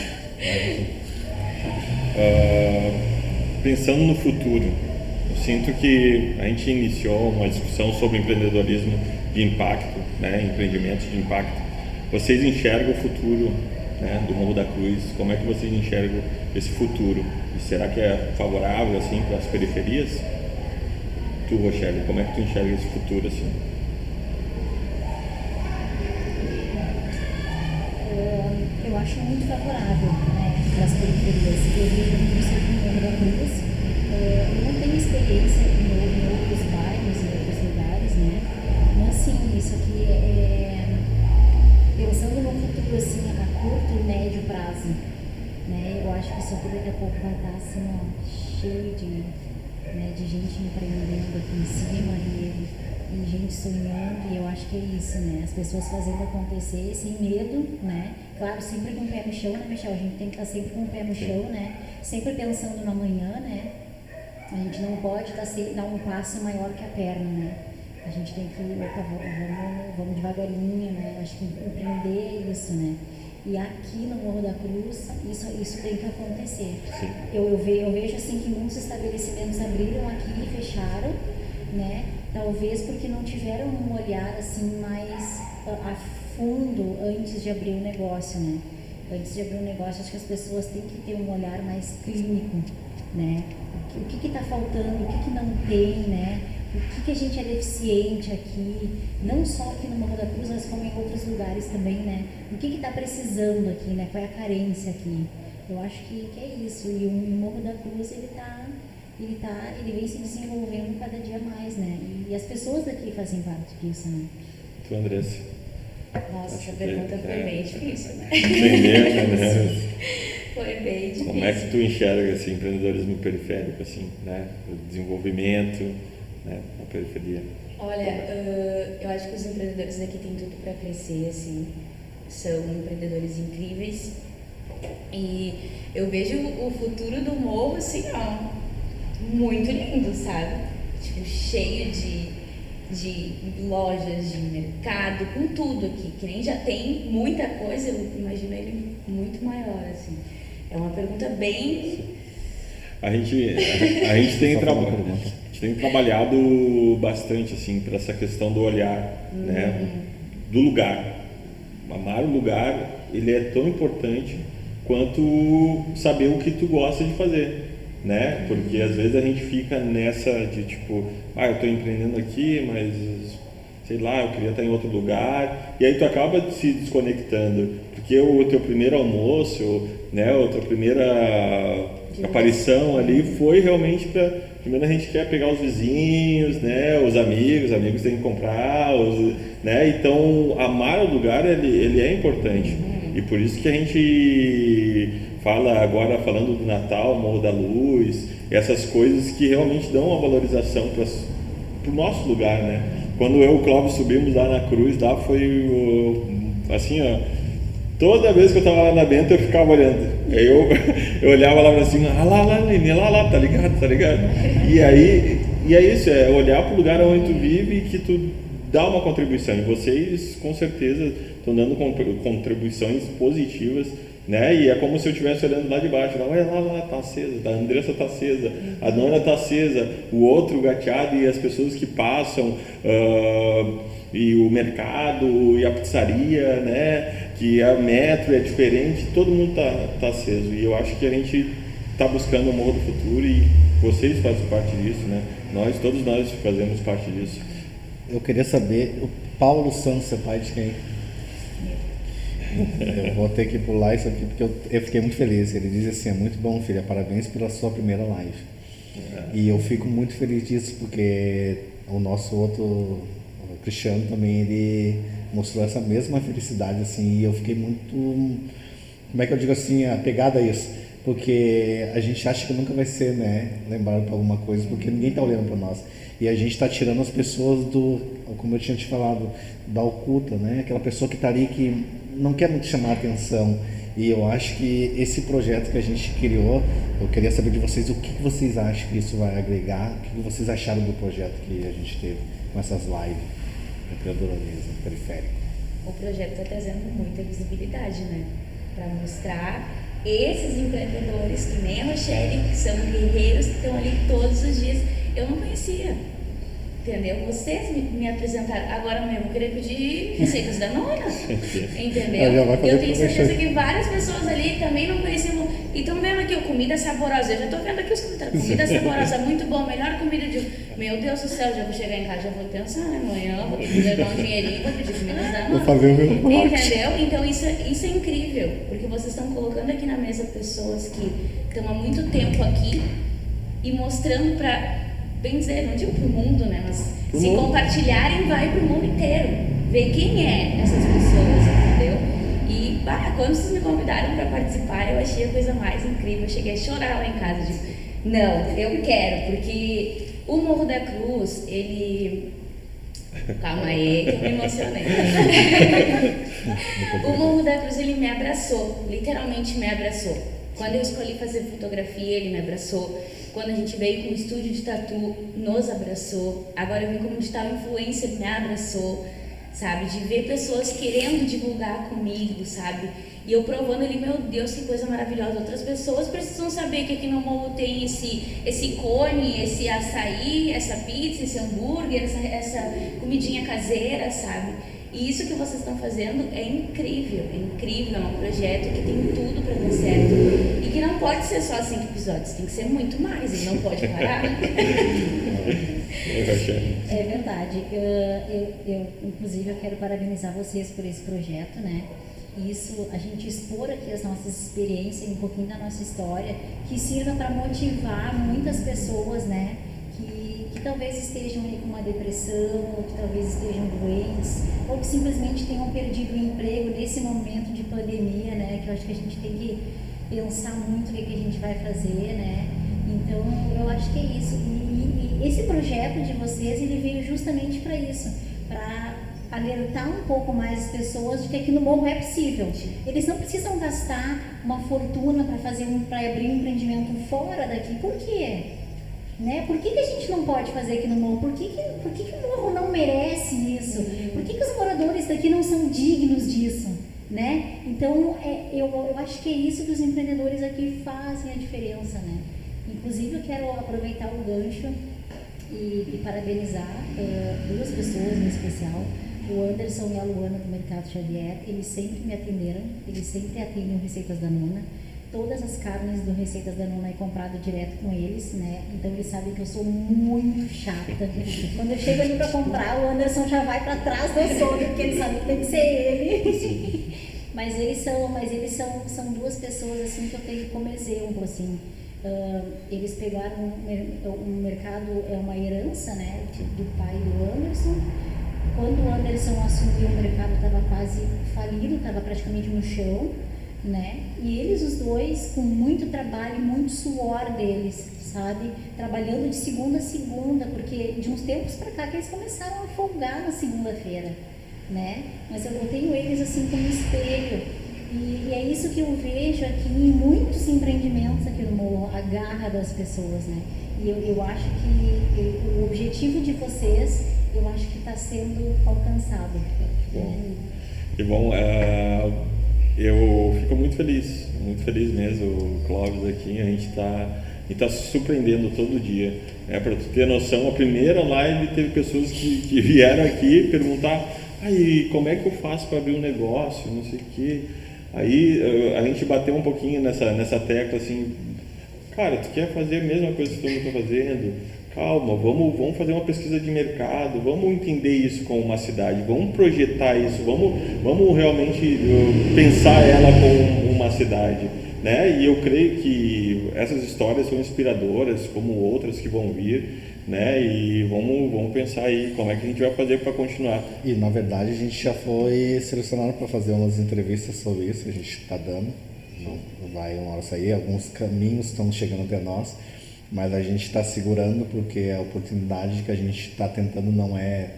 Pensando no futuro, eu sinto que a gente iniciou uma discussão sobre empreendedorismo de impacto, né, empreendimentos de impacto. Vocês enxergam o futuro, né, do Morro da Cruz? Como é que vocês enxergam esse futuro? E será que é favorável assim para as periferias? Tu, Rochelle, como é que tu enxerga esse futuro assim? Eu acho muito favorável, né, para as periferias. Eu vejo isso aqui no Morro da Cruz. Eu não tenho experiência em outros bairros, em outros lugares, né? Mas sim, isso aqui pensando no futuro assim, a curto e médio prazo, né? Eu acho que isso aqui daqui a pouco vai estar assim, ó, cheio de gente empreendendo aqui em cima e gente sonhando, e eu acho que é isso, né? As pessoas fazendo acontecer sem medo, né? Claro, sempre com o pé no chão, né, Michel? A gente tem que estar sempre com o pé no chão, né? Sempre pensando no amanhã, né? A gente não pode dar um passo maior que a perna, né? A gente tem que, opa, vamos devagarinho, né? Eu acho que empreender é isso, né? E aqui no Morro da Cruz, isso tem que acontecer. Eu vejo assim que muitos estabelecimentos abriram aqui e fecharam, né? Talvez porque não tiveram um olhar assim mais a fundo antes de abrir o negócio, né? Antes de abrir um negócio, acho que as pessoas têm que ter um olhar mais clínico, né? O que está faltando, o que não tem, né? O que a gente é deficiente aqui, não só aqui no Morro da Cruz, mas como em outros lugares também, né? O que está precisando aqui, né? Qual é a carência aqui? Eu acho que é isso. E o Morro da Cruz, ele vem se desenvolvendo cada dia mais, né? E as pessoas daqui fazem parte disso, né? Tu, Andressa? Nossa, essa pergunta foi bem difícil, né? Entender, né? Foi bem difícil. Como é que tu enxerga esse empreendedorismo periférico, assim, né? O desenvolvimento, né, na periferia? Olha, eu acho que os empreendedores daqui têm tudo para crescer, assim. São empreendedores incríveis. E eu vejo o futuro do morro, assim, ó, muito lindo, sabe? Tipo, cheio de lojas, de mercado, com tudo aqui. Que nem já tem muita coisa, eu imagino ele muito maior, assim. É uma pergunta bem... A gente tem trabalhado bastante, assim, para essa questão do olhar, né? Do lugar. Amar o lugar, ele é tão importante quanto saber o que tu gosta de fazer, né? Porque às vezes a gente fica nessa de tipo, eu estou empreendendo aqui, mas sei lá, eu queria estar em outro lugar, e aí tu acaba se desconectando, porque o teu primeiro almoço, né, a tua primeira aparição ali foi realmente para, primeiro a gente quer pegar os vizinhos, né, os amigos têm que comprar, né, então amar o lugar ele é importante. E por isso que a gente fala agora, falando do Natal, Morro da Luz, essas coisas que realmente dão uma valorização para o nosso lugar, né? Quando eu e o Clóvis subimos lá na cruz, lá foi assim, ó, toda vez que eu estava lá na Benta eu ficava olhando. Aí eu olhava lá para cima, lá, Lene, lá, tá ligado? E é isso, é olhar para o lugar onde tu vive e que tu dá uma contribuição. E vocês, com certeza, estão dando contribuições positivas, né? E é como se eu estivesse olhando lá de baixo, lá tá acesa, a Andressa tá acesa, a Nona tá acesa, o outro gateado e as pessoas que passam, e o mercado e a pizzaria, né? Que a metro é diferente, todo mundo tá aceso. E eu acho que a gente está buscando o Morro do Futuro e vocês fazem parte disso, né? Todos nós fazemos parte disso. Eu queria saber, o Paulo Santos é pai de quem? Eu vou ter que pular isso aqui porque eu fiquei muito feliz. Ele diz assim, é muito bom, filha, parabéns pela sua primeira live. E eu fico muito feliz disso porque o nosso outro, o Cristiano também, ele mostrou essa mesma felicidade, assim, e eu fiquei muito, como é que eu digo assim, apegado a isso. porque a gente acha que nunca vai ser, né, lembrado por alguma coisa, porque ninguém está olhando para nós. E a gente está tirando as pessoas do, como eu tinha te falado, da oculta, né? Aquela pessoa que está ali que não quer muito chamar a atenção. E eu acho que esse projeto que a gente criou, eu queria saber de vocês o que vocês acham que isso vai agregar, o que vocês acharam do projeto que a gente teve com essas lives de empreendedorismo periférico. O projeto está trazendo muita visibilidade, né? Para mostrar esses empreendedores que nem a Rochelle, que são guerreiros, que estão ali todos os dias. Eu não conhecia, entendeu? Vocês me apresentaram. Agora mesmo, eu queria pedir receitas da Nona, entendeu? Eu tenho certeza que várias pessoas ali também não conheciam. E estão vendo aqui, comida saborosa. Eu já estou vendo aqui os comentários. Comida saborosa, muito bom, melhor comida de... Meu Deus do céu, já vou chegar em casa, já vou pensar, né? Amanhã eu vou levar um dinheirinho, vou pedir comidas da Nona. Vou fazer o meu parte. Entendeu? Então isso é incrível, porque vocês estão colocando aqui na mesa pessoas que estão há muito tempo aqui e mostrando para, bem dizer, não digo para o mundo, né? Mas se compartilharem, vai para o mundo inteiro. Ver quem é essas pessoas, entendeu? E quando vocês me convidaram para participar, eu achei a coisa mais incrível. Eu cheguei a chorar lá em casa. Digo, não, eu quero, porque o Morro da Cruz, ele... Calma aí, que eu me emocionei. O Morro da Cruz, ele me abraçou, literalmente me abraçou. Quando eu escolhi fazer fotografia, ele me abraçou. Quando a gente veio com o estúdio de tatu, nos abraçou. Agora eu vim como digital influencer, me abraçou, sabe? De ver pessoas querendo divulgar comigo, sabe? E eu provando ali, meu Deus, que coisa maravilhosa. Outras pessoas precisam saber que aqui no Morro tem esse cone, esse açaí, essa pizza, esse hambúrguer, essa comidinha caseira, sabe? E isso que vocês estão fazendo é incrível, é um projeto que tem tudo para dar certo. E que não pode ser só 5 episódios, tem que ser muito mais, ele não pode parar. É verdade. Inclusive, eu quero parabenizar vocês por esse projeto, né? Isso, a gente expor aqui as nossas experiências, um pouquinho da nossa história, que sirva para motivar muitas pessoas, né? Que talvez estejam aí com uma depressão, ou que talvez estejam doentes, ou que simplesmente tenham perdido o emprego nesse momento de pandemia, né? Que eu acho que a gente tem que pensar muito o que a gente vai fazer, né? Então, eu acho que é isso. E esse projeto de vocês, ele veio justamente para isso, para alertar um pouco mais as pessoas de que aqui no Morro é possível. Eles não precisam gastar uma fortuna para abrir um empreendimento fora daqui. Por quê? Né? Por que a gente não pode fazer aqui no Morro? Por que o Morro não merece isso? Por que os moradores daqui não são dignos disso? Né? Então, eu acho que é isso que os empreendedores aqui fazem a diferença, né? Inclusive, eu quero aproveitar o gancho e parabenizar 2 pessoas em especial, o Anderson e a Luana do Mercado Xavier. Eles sempre me atenderam, eles sempre atendem o Receitas da Nona. Todas as carnes do Receitas da Nona é comprado direto com eles, né? Então eles sabem que eu sou muito chata. Quando eu chego ali para comprar, o Anderson já vai para trás do açougue, porque ele sabe que tem que ser ele. Mas eles são 2 pessoas assim que eu tenho como exemplo, assim. Eles pegaram o mercado, é uma herança, né, do pai do Anderson. Quando o Anderson assumiu, o mercado estava quase falido, estava praticamente no chão, né? E eles, os dois, com muito trabalho, muito suor deles, sabe? Trabalhando de segunda a segunda, porque de uns tempos para cá que eles começaram a folgar na segunda-feira, né? Mas eu tenho eles assim como espelho. E é isso que eu vejo aqui em muitos empreendimentos aqui no Morro, a garra das pessoas, né? E eu acho que o objetivo de vocês, eu acho que está sendo alcançado. Que bom. Eu fico muito feliz mesmo, o Clóvis aqui, a gente está se surpreendendo todo dia. Para tu ter noção, a primeira live teve pessoas que vieram aqui perguntar, aí como é que eu faço para abrir um negócio, não sei o quê. Aí a gente bateu um pouquinho nessa tecla assim, cara, tu quer fazer a mesma coisa que todo mundo está fazendo? Calma, vamos fazer uma pesquisa de mercado, vamos entender isso como uma cidade, vamos projetar isso, vamos realmente pensar ela como uma cidade, né? E eu creio que essas histórias são inspiradoras, como outras que vão vir, né? E vamos pensar aí como é que a gente vai fazer para continuar. E na verdade a gente já foi selecionado para fazer umas entrevistas sobre isso, a gente está dando. não vai uma hora sair, alguns caminhos estão chegando até nós, mas a gente está segurando porque a oportunidade que a gente está tentando não é,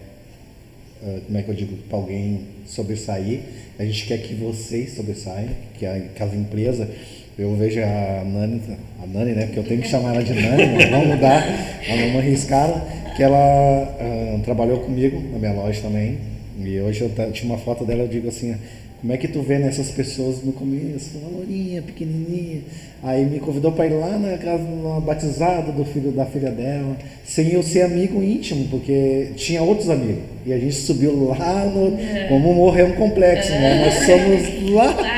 como é que eu digo, para alguém sobressair, a gente quer que vocês sobressaiam, que as empresas, eu vejo a Nani, né, porque eu tenho que chamar ela de Nani, mas vamos mudar, a mamãe Riscara, que ela trabalhou comigo na minha loja também, e hoje eu tinha uma foto dela, eu digo assim, como é que tu vê nessas pessoas no começo, uma lourinha, pequenininha, aí me convidou para ir lá na casa, numa batizada da filha dela, sem eu ser amigo íntimo, porque tinha outros amigos, e a gente subiu lá como morrer um complexo, né? Nós somos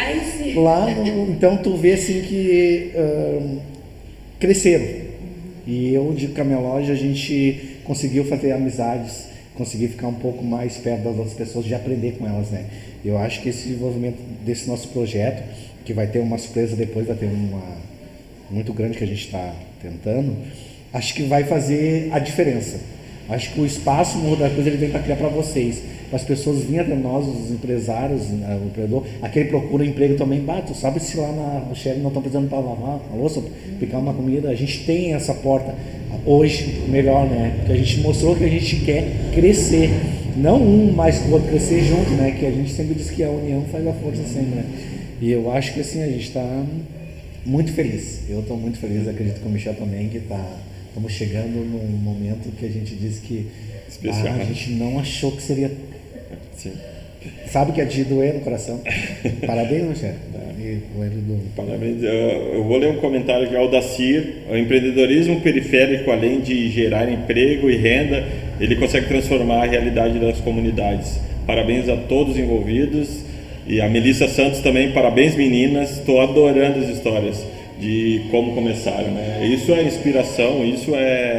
lá então tu vê assim que cresceram, e eu digo que a minha loja a gente conseguiu fazer amizades, conseguir ficar um pouco mais perto das outras pessoas, de aprender com elas, né? Eu acho que esse desenvolvimento desse nosso projeto, que vai ter uma surpresa depois, vai ter uma muito grande que a gente está tentando, acho que vai fazer a diferença. Acho que o espaço Morro da Cruz ele vem para criar para vocês, para as pessoas virem até nós, os empresários, o empreendedor, aquele procura emprego também, tu sabe se lá na Rochelle não estão precisando para lavar a louça, picar uma comida, a gente tem essa porta hoje melhor, né? Porque a gente mostrou que a gente quer crescer, não um mais que o outro, crescer junto, né? Que a gente sempre diz que a união faz a força sempre, né? E eu acho que assim, a gente está muito feliz, eu estou muito feliz, acredito que o Michel também, que estamos chegando num momento que a gente diz que a gente não achou que seria. Sim. Sabe que é de doer no coração. Parabéns, Michel. Parabéns. Eu vou ler um comentário de Aldacir. O empreendedorismo periférico, além de gerar emprego e renda, ele consegue transformar a realidade das comunidades. Parabéns a todos os envolvidos. E a Melissa Santos também, parabéns meninas. Estou adorando as histórias de como começaram, né? Isso é inspiração, isso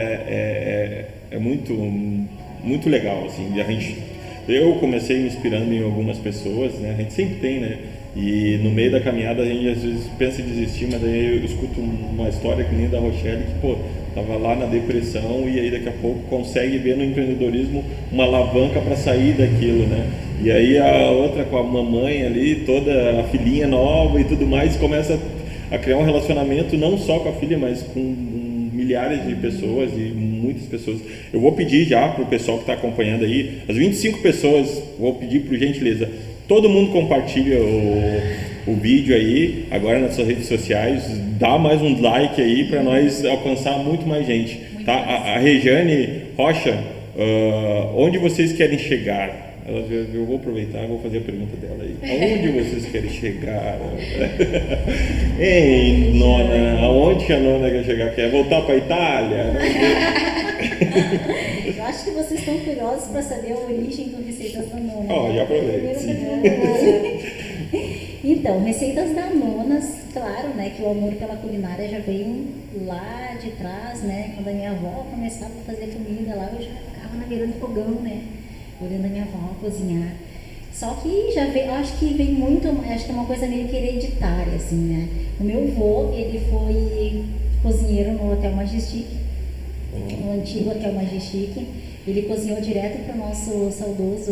é muito, muito legal, assim. Eu comecei me inspirando em algumas pessoas, né? A gente sempre tem, né? E no meio da caminhada a gente às vezes pensa em desistir, mas aí eu escuto uma história que nem da Rochelle, que pô, tava lá na depressão e aí daqui a pouco consegue ver no empreendedorismo uma alavanca para sair daquilo, né? E aí a outra com a mamãe ali, toda a filhinha nova e tudo mais, começa a criar um relacionamento não só com a filha, mas com milhares de pessoas e muitas pessoas. Eu vou pedir já para o pessoal que está acompanhando aí, as 25 pessoas, vou pedir por gentileza, todo mundo compartilha o vídeo aí, agora nas suas redes sociais, dá mais um like aí para nós alcançar muito mais gente. Tá? A Regiane Rocha, onde vocês querem chegar? Eu vou aproveitar e vou fazer a pergunta dela aí. Aonde vocês querem chegar? Ei, nona, aonde que a nona quer chegar? Quer voltar para a Itália? Eu acho que vocês estão curiosos para saber a origem do Receitas da Nona. Já aproveito. Então, Receitas da Nonas, claro, né, que o amor pela culinária já vem lá de trás, né? Quando a minha avó começava a fazer comida lá, eu já ficava na beira do fogão, né? Olhando a minha avó cozinhar. Só que já veio, acho que vem muito, acho que é uma coisa meio que hereditária, assim, né? O meu avô, ele foi cozinheiro no Hotel Majestic, no antigo Hotel Majestic. Ele cozinhou direto para o nosso saudoso...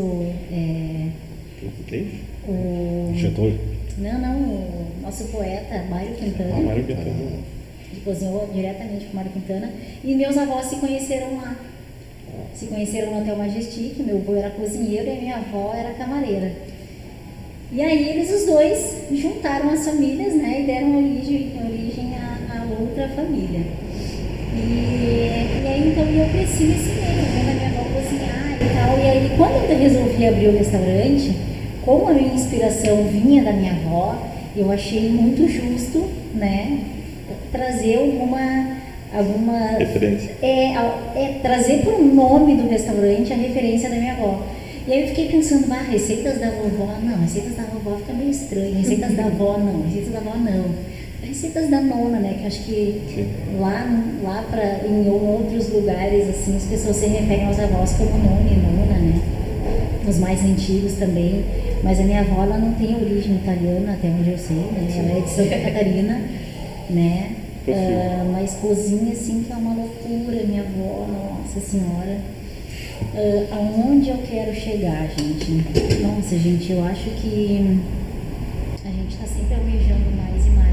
o Getúlio? Não, o nosso poeta, Mário Quintana. Mário Quintana. Ele cozinhou diretamente com o Mário Quintana. E meus avós se conheceram lá. Se conheceram no Hotel Majestic, meu avô era cozinheiro e a minha avó era camareira. E aí eles os dois juntaram as famílias, né, e deram origem a outra família. E aí então eu cresci nesse meio, vendo a minha avó cozinhar e tal. E aí quando eu resolvi abrir o restaurante, como a minha inspiração vinha da minha avó, eu achei muito justo, né, trazer alguma referência. Trazer para o nome do restaurante a referência da minha avó. E aí eu fiquei pensando, receitas da vovó, não, receitas da vovó fica meio estranho, receitas da avó não, receitas da avó não. Receitas da nona, né, que acho que em outros lugares, assim, as pessoas se referem aos avós como nona e nona, né, os mais antigos também, mas a minha avó, ela não tem origem italiana, até onde eu sei, né, ela é de Santa Catarina, né, mas cozinha assim que é uma loucura, minha avó, nossa senhora. Aonde eu quero chegar, gente? Nossa, gente, eu acho que a gente está sempre almejando mais e mais.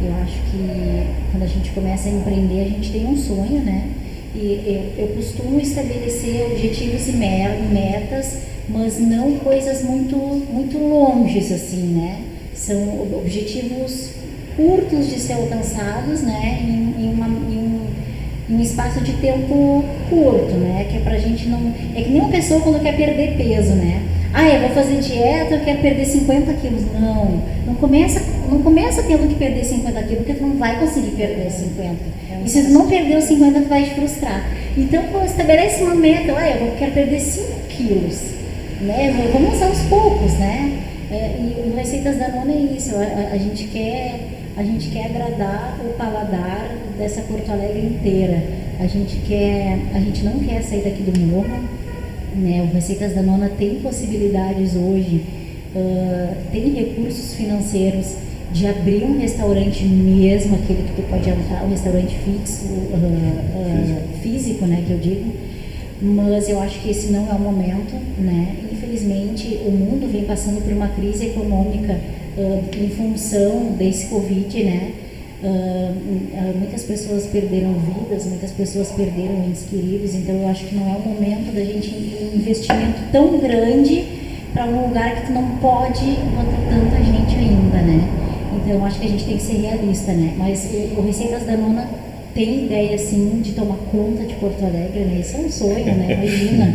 Eu acho que quando a gente começa a empreender, a gente tem um sonho, né? E eu costumo estabelecer objetivos e metas, mas não coisas muito, muito longes, assim, né? São objetivos curtos de ser alcançados, né? Em um espaço de tempo curto, né? Que é pra gente não... É que nem uma pessoa quando quer perder peso, né? Ah, eu vou fazer dieta, eu quero perder 50 quilos. Não começa tendo que perder 50 quilos, porque tu não vai conseguir perder 50. E se tu não perder os 50, tu vai te frustrar. Então, estabelece uma meta. Eu quero perder 5 quilos. Né? Vamos aos poucos, né? E o Receitas da Nona é isso. A gente quer agradar o paladar dessa Porto Alegre inteira. A gente não quer sair daqui do morro, né? O Receitas da Nona tem possibilidades hoje, tem recursos financeiros de abrir um restaurante mesmo, aquele que tu pode entrar, um restaurante físico, né, que eu digo. Mas eu acho que esse não é o momento, né? Infelizmente, o mundo vem passando por uma crise econômica em função desse Covid, né? Muitas pessoas perderam vidas, muitas pessoas perderam entes queridos, então eu acho que não é o momento da gente ir um investimento tão grande para um lugar que tu não pode botar tanta gente ainda, né? Então eu acho que a gente tem que ser realista, né? Mas o Receitas da Nona tem ideia, sim, de tomar conta de Porto Alegre, né? Isso é um sonho, né? Imagina.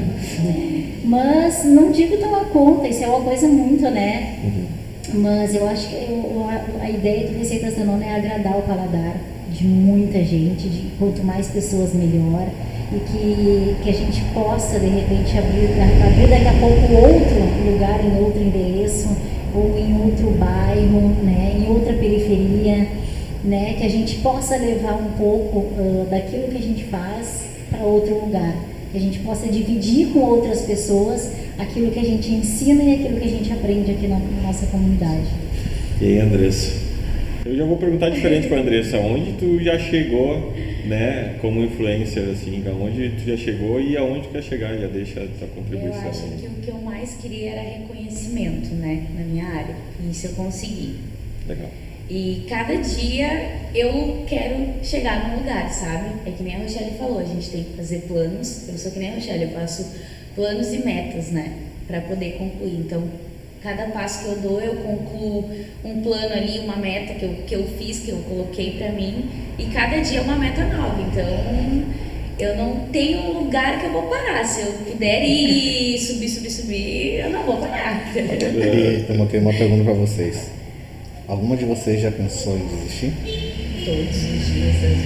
Mas não digo tomar conta, isso é uma coisa muito, né? Mas eu acho que a ideia do Receitas da Nona é agradar o paladar de muita gente, de quanto mais pessoas melhor, e que a gente possa, de repente, abrir daqui a pouco outro lugar, em outro endereço, ou em outro bairro, né? Em outra periferia, né? Que a gente possa levar um pouco daquilo que a gente faz para outro lugar, que a gente possa dividir com outras pessoas aquilo que a gente ensina e aquilo que a gente aprende aqui na nossa comunidade. E aí, Andressa? Eu já vou perguntar diferente para a Andressa. Onde tu já chegou, né, como influencer, assim? Aonde tu já chegou e aonde tu quer chegar? Já deixa a tua contribuição. Eu acho que o que eu mais queria era reconhecimento, né, na minha área. E isso eu consegui. Legal. E cada dia eu quero chegar num lugar, sabe? É que nem a Rochelle falou, a gente tem que fazer planos. Eu sou que nem a Rochelle, eu faço planos e metas, né? Para poder concluir. Então, cada passo que eu dou, eu concluo um plano ali, uma meta que eu fiz, que eu coloquei para mim. E cada dia é uma meta nova. Então, eu não tenho um lugar que eu vou parar. Se eu puder ir subir, eu não vou parar. E eu montei uma pergunta para vocês. Alguma de vocês já pensou em desistir? Todos os dias, às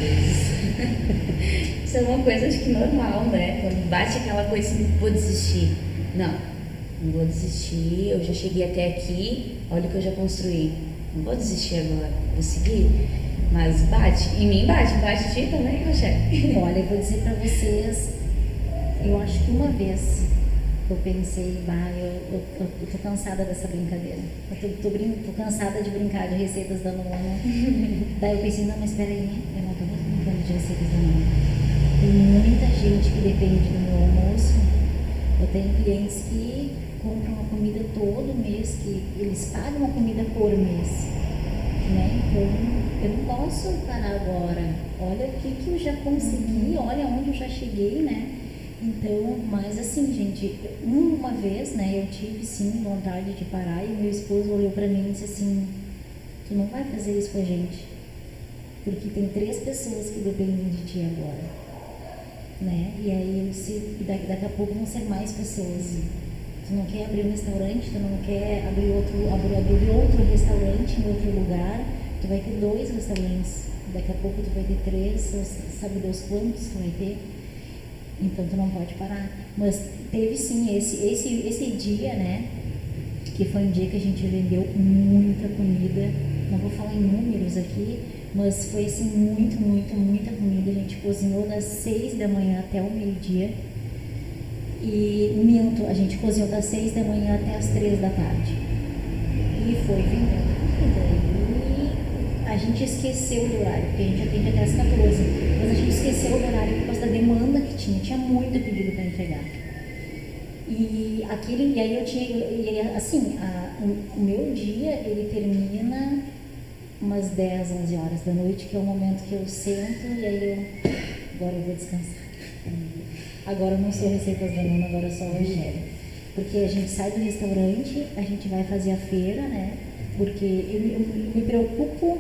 vezes. Isso é uma coisa, acho que normal, né? Quando bate aquela coisa assim, vou desistir. Não vou desistir, eu já cheguei até aqui, olha o que eu já construí. Não vou desistir agora, vou seguir. Mas bate, em mim bate de ti também, Rochelle? Olha, eu vou dizer pra vocês, eu acho que uma vez eu pensei, eu tô cansada dessa brincadeira. Eu tô cansada de brincar de receitas da Nona. Daí eu pensei, não, mas peraí, eu não tô brincando de receitas da Nona. Tem muita gente que depende do meu almoço. Eu tenho clientes que compram a comida todo mês, que eles pagam a comida por mês. Né? Então, eu não posso parar agora. Olha o que eu já consegui, olha onde eu já cheguei, né? Então, mas assim, gente, uma vez, né, eu tive sim vontade de parar e meu esposo olhou pra mim e disse assim, tu não vai fazer isso com a gente, porque tem 3 pessoas que dependem de ti agora, né? E aí eu disse, daqui a pouco vão ser mais pessoas. Tu não quer abrir um restaurante, tu não quer abrir outro restaurante em outro lugar, tu vai ter 2 restaurantes, daqui a pouco tu vai ter 3, sabe Deus quantos tu vai ter. Então tu não pode parar. Mas teve sim esse dia, né? Que foi um dia que a gente vendeu muita comida. Não vou falar em números aqui, mas foi assim muita comida. A gente cozinhou das 6 da manhã até o meio-dia. E minto, a gente cozinhou das 6 da manhã até as 3 da tarde. E foi vendendo comida. A gente esqueceu do horário, porque a gente atende até as 14, mas a gente esqueceu do horário por causa da demanda que tinha muito pedido para entregar. E aí eu tinha, assim, o meu dia, ele termina umas 10, 11 horas da noite, que é o momento que eu sento e aí agora eu vou descansar. Agora eu não sou Receitas da Nona, agora eu sou a Rogéria. Porque a gente sai do restaurante, a gente vai fazer a feira, né? Porque eu me preocupo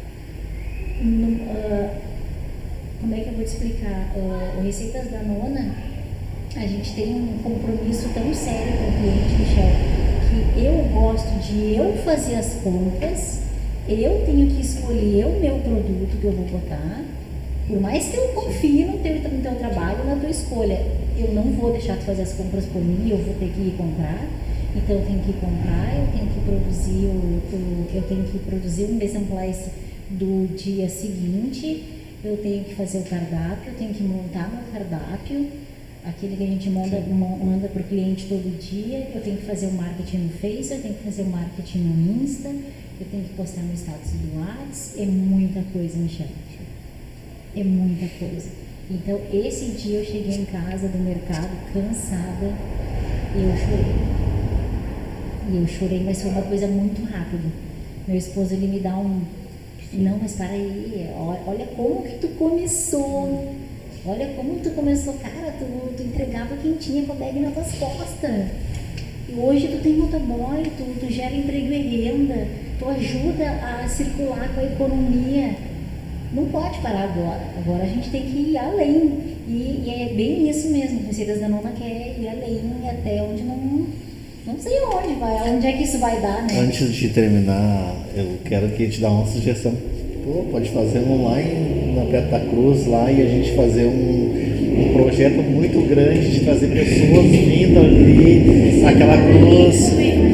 como é que eu vou te explicar? O Receitas da Nona, a gente tem um compromisso tão sério com o cliente, Michel, que eu gosto de eu fazer as compras, eu tenho que escolher o meu produto que eu vou botar, por mais que eu confie no teu trabalho, na tua escolha, eu não vou deixar tu fazer as compras por mim, eu vou ter que ir comprar, então eu tenho que ir comprar, eu tenho que produzir um mise en place do dia seguinte, eu tenho que fazer o cardápio, eu tenho que montar meu cardápio, aquele que a gente manda para o cliente todo dia, eu tenho que fazer o marketing no Face, eu tenho que fazer o marketing no Insta, eu tenho que postar no status do WhatsApp, é muita coisa, Michel. É muita coisa. Então, esse dia eu cheguei em casa do mercado cansada e eu chorei. E eu chorei, mas foi uma coisa muito rápida. Meu esposo, ele me dá não, mas para aí, olha como que tu começou. Olha como tu começou, cara, tu entregava quentinha com a bag nas tuas costas. E hoje tu tem motoboy, tu gera emprego e renda, tu ajuda a circular com a economia. Não pode parar agora. Agora a gente tem que ir além. E é bem isso mesmo. Receitas da Nona quer ir além até onde não sei onde vai, onde é que isso vai dar, né? Antes de terminar, eu quero que a gente dê uma sugestão. Pô, pode fazer online na Beta Cruz lá e a gente fazer um projeto muito grande de trazer pessoas vindo ali, aquela cruz,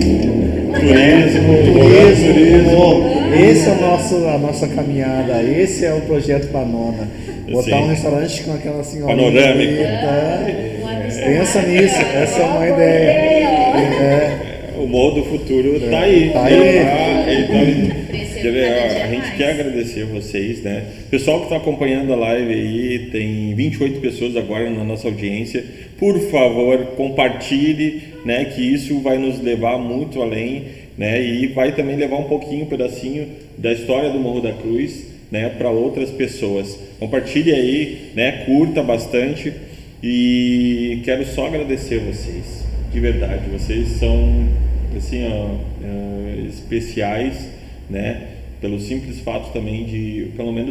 turismo. Esse é a nossa caminhada, esse é o projeto para a Nona. Botar um restaurante com aquela senhora panorâmica. Pensa nisso, essa é uma ideia. O Morro do Futuro tá aí. A gente quer agradecer vocês, né? Pessoal que está acompanhando a live aí, tem 28 pessoas agora na nossa audiência. Por favor, compartilhe, né? Que isso vai nos levar muito além, né? E vai também levar um pouquinho, um pedacinho da história do Morro da Cruz, né? Para outras pessoas. Compartilhe aí, né? Curta bastante e quero só agradecer vocês, de verdade. Vocês são assim, especiais, né? Pelo simples fato também de, pelo menos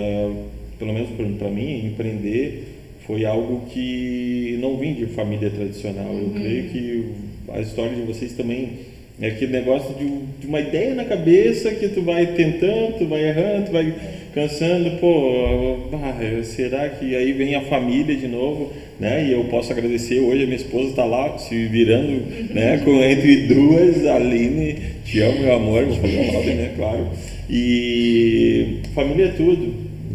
para mim, empreender foi algo que não vim de família tradicional. Eu creio que a história de vocês também é aquele negócio de uma ideia na cabeça que tu vai tentando, tu vai errando, tu vai cansando, será que aí vem a família de novo, né? E eu posso agradecer, hoje a minha esposa está lá se virando, né? Entre duas, Aline, te amo, meu amor, vou fazer um lobby, né? Claro. E família é tudo,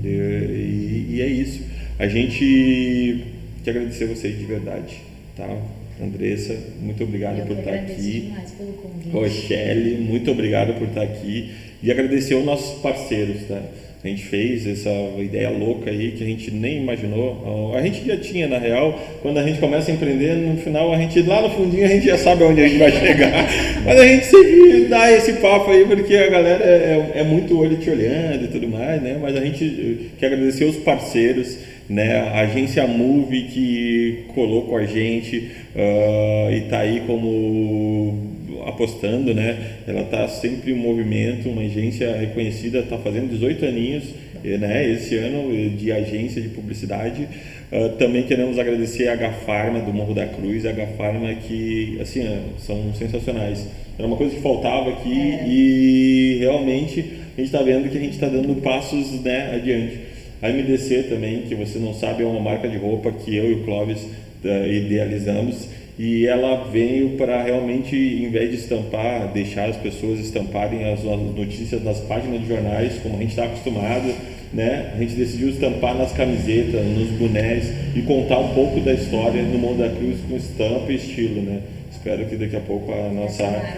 e é isso. A gente quer agradecer vocês de verdade, tá? Andressa, muito obrigado por estar aqui. Rochelle, muito obrigado por estar aqui. E agradecer aos nossos parceiros, tá? A gente fez essa ideia louca aí que a gente nem imaginou. A gente já tinha, na real, quando a gente começa a empreender, no final, lá no fundinho, a gente já sabe aonde a gente vai chegar. Mas a gente sempre dá esse papo aí, porque a galera é muito olho te olhando e tudo mais, né? Mas a gente quer agradecer os parceiros, né? A agência Move que colou com a gente e está aí como apostando, né? Ela está sempre em movimento, uma agência reconhecida, está fazendo 18 aninhos, né? Esse ano de agência de publicidade. Também queremos agradecer a H-Pharma do Morro da Cruz, a H-Pharma que, assim, são sensacionais. Era uma coisa que faltava aqui e realmente a gente está vendo que a gente está dando passos, né, adiante. A MDC também, que você não sabe, é uma marca de roupa que eu e o Clóvis idealizamos, e ela veio para realmente, em vez de estampar, deixar as pessoas estamparem as notícias nas páginas de jornais, como a gente está acostumado, né? A gente decidiu estampar nas camisetas, nos bonés e contar um pouco da história do Morro da Cruz com estampa e estilo, né? Espero que daqui a pouco a nossa...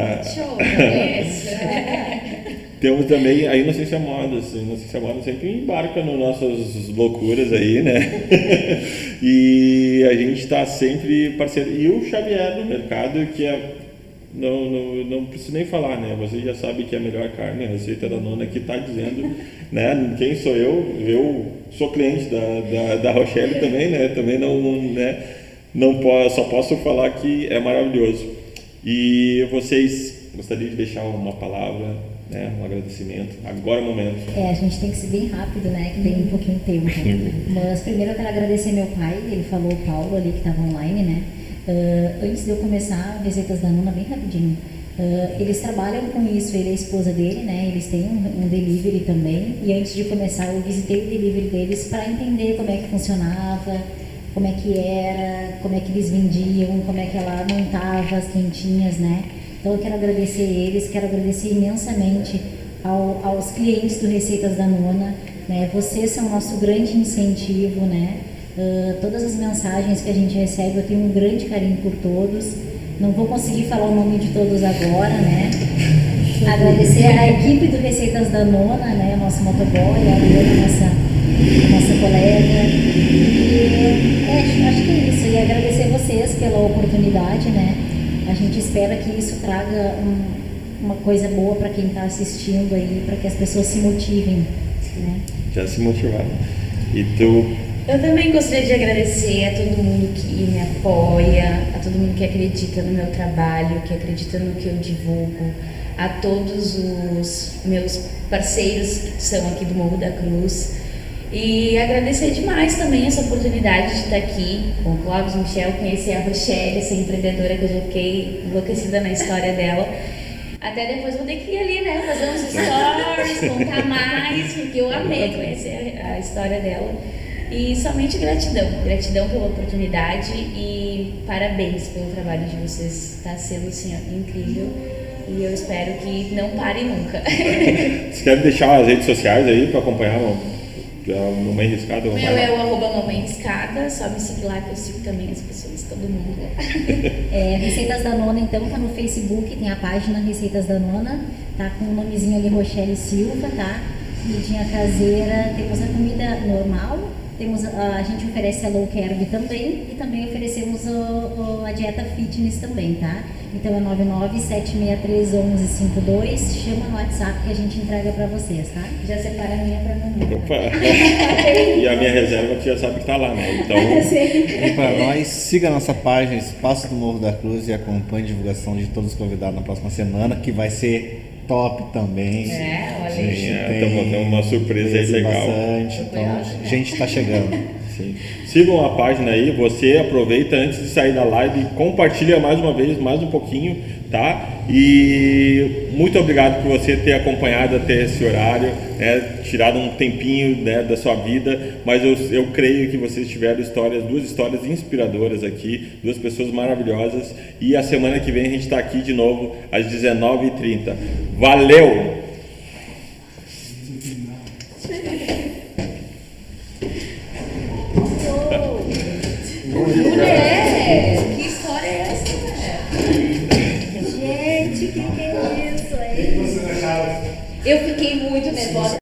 Temos também a Inocência Modas. A Inocência Modas sempre embarca nas nossas loucuras aí, né? E a gente está sempre parceiro. E o Xavier do mercado, que é não preciso nem falar, né? Você já sabe que é a melhor carne, a receita da nona que está dizendo, né? Quem sou eu? Eu sou cliente da Rochelle também, né? Também não posso, só posso falar que é maravilhoso. E vocês gostariam de deixar uma palavra, né? Um agradecimento? Agora é o momento. A gente tem que ser bem rápido, né? Que tem um pouquinho de tempo. Mas primeiro eu quero agradecer meu pai, ele falou o Paulo ali que estava online, né? Antes de eu começar Receitas da Nona, bem rapidinho, eles trabalham com isso, ele e a esposa dele, né? Eles têm um delivery também, e antes de começar eu visitei o delivery deles para entender como é que funcionava, como é que era, como é que eles vendiam, como é que ela montava as quentinhas, né? Então eu quero agradecer eles, quero agradecer imensamente aos clientes do Receitas da Nona, né? Vocês são o nosso grande incentivo, né? Todas as mensagens que a gente recebe, eu tenho um grande carinho por todos. Não vou conseguir falar o nome de todos agora, né? Agradecer a equipe do Receitas da Nona, né? Nosso motoboy, a Ariana, nossa colega. E acho que é isso. E agradecer vocês pela oportunidade, né? A gente espera que isso traga uma coisa boa para quem está assistindo aí, para que as pessoas se motivem, né? Já se motivaram. E tu? Eu também gostaria de agradecer a todo mundo que me apoia, a todo mundo que acredita no meu trabalho, que acredita no que eu divulgo, a todos os meus parceiros que são aqui do Morro da Cruz. E agradecer demais também essa oportunidade de estar aqui com o Clóvis, Michel, conhecer a Rochelle, essa empreendedora que eu já fiquei enlouquecida na história dela. Até depois vou ter que ir ali, né, fazer uns stories, contar mais, porque eu amei conhecer a história dela. E somente gratidão pela oportunidade e parabéns pelo trabalho de vocês, está sendo assim, incrível e eu espero que não pare nunca. Você quer deixar as redes sociais aí para acompanhar a Mamãe Riscada? O meu é o @Mamãe Riscada, só me seguir lá que eu sigo também as pessoas, todo mundo lá. Receitas da Nona, então, tá no Facebook, tem a página Receitas da Nona, tá com o nomezinho ali Rochelle Silva, tá? Comidinha caseira, temos a comida normal, a gente oferece a low carb também e também oferecemos a dieta fitness também, tá? Então é 997631152, chama no WhatsApp que a gente entrega pra vocês, tá? Já separa a minha pra mamãe. Opa! E a minha reserva tu já sabe que tá lá, né? Então... E para nós, siga a nossa página Espaço do Morro da Cruz e acompanhe a divulgação de todos os convidados na próxima semana, que vai ser top também. Olha aí. Tem uma surpresa aí legal. Bastante, então a gente está chegando. Sim. Sigam a página aí, você aproveita antes de sair da live, compartilha mais uma vez, mais um pouquinho, tá? E muito obrigado por você ter acompanhado até esse horário, né? Tirado um tempinho, né, da sua vida, mas eu creio que vocês tiveram duas histórias inspiradoras aqui, duas pessoas maravilhosas, e a semana que vem a gente está aqui de novo às 19h30. Valeu! Que história é essa? Gente, que é isso? Eu fiquei muito nervosa.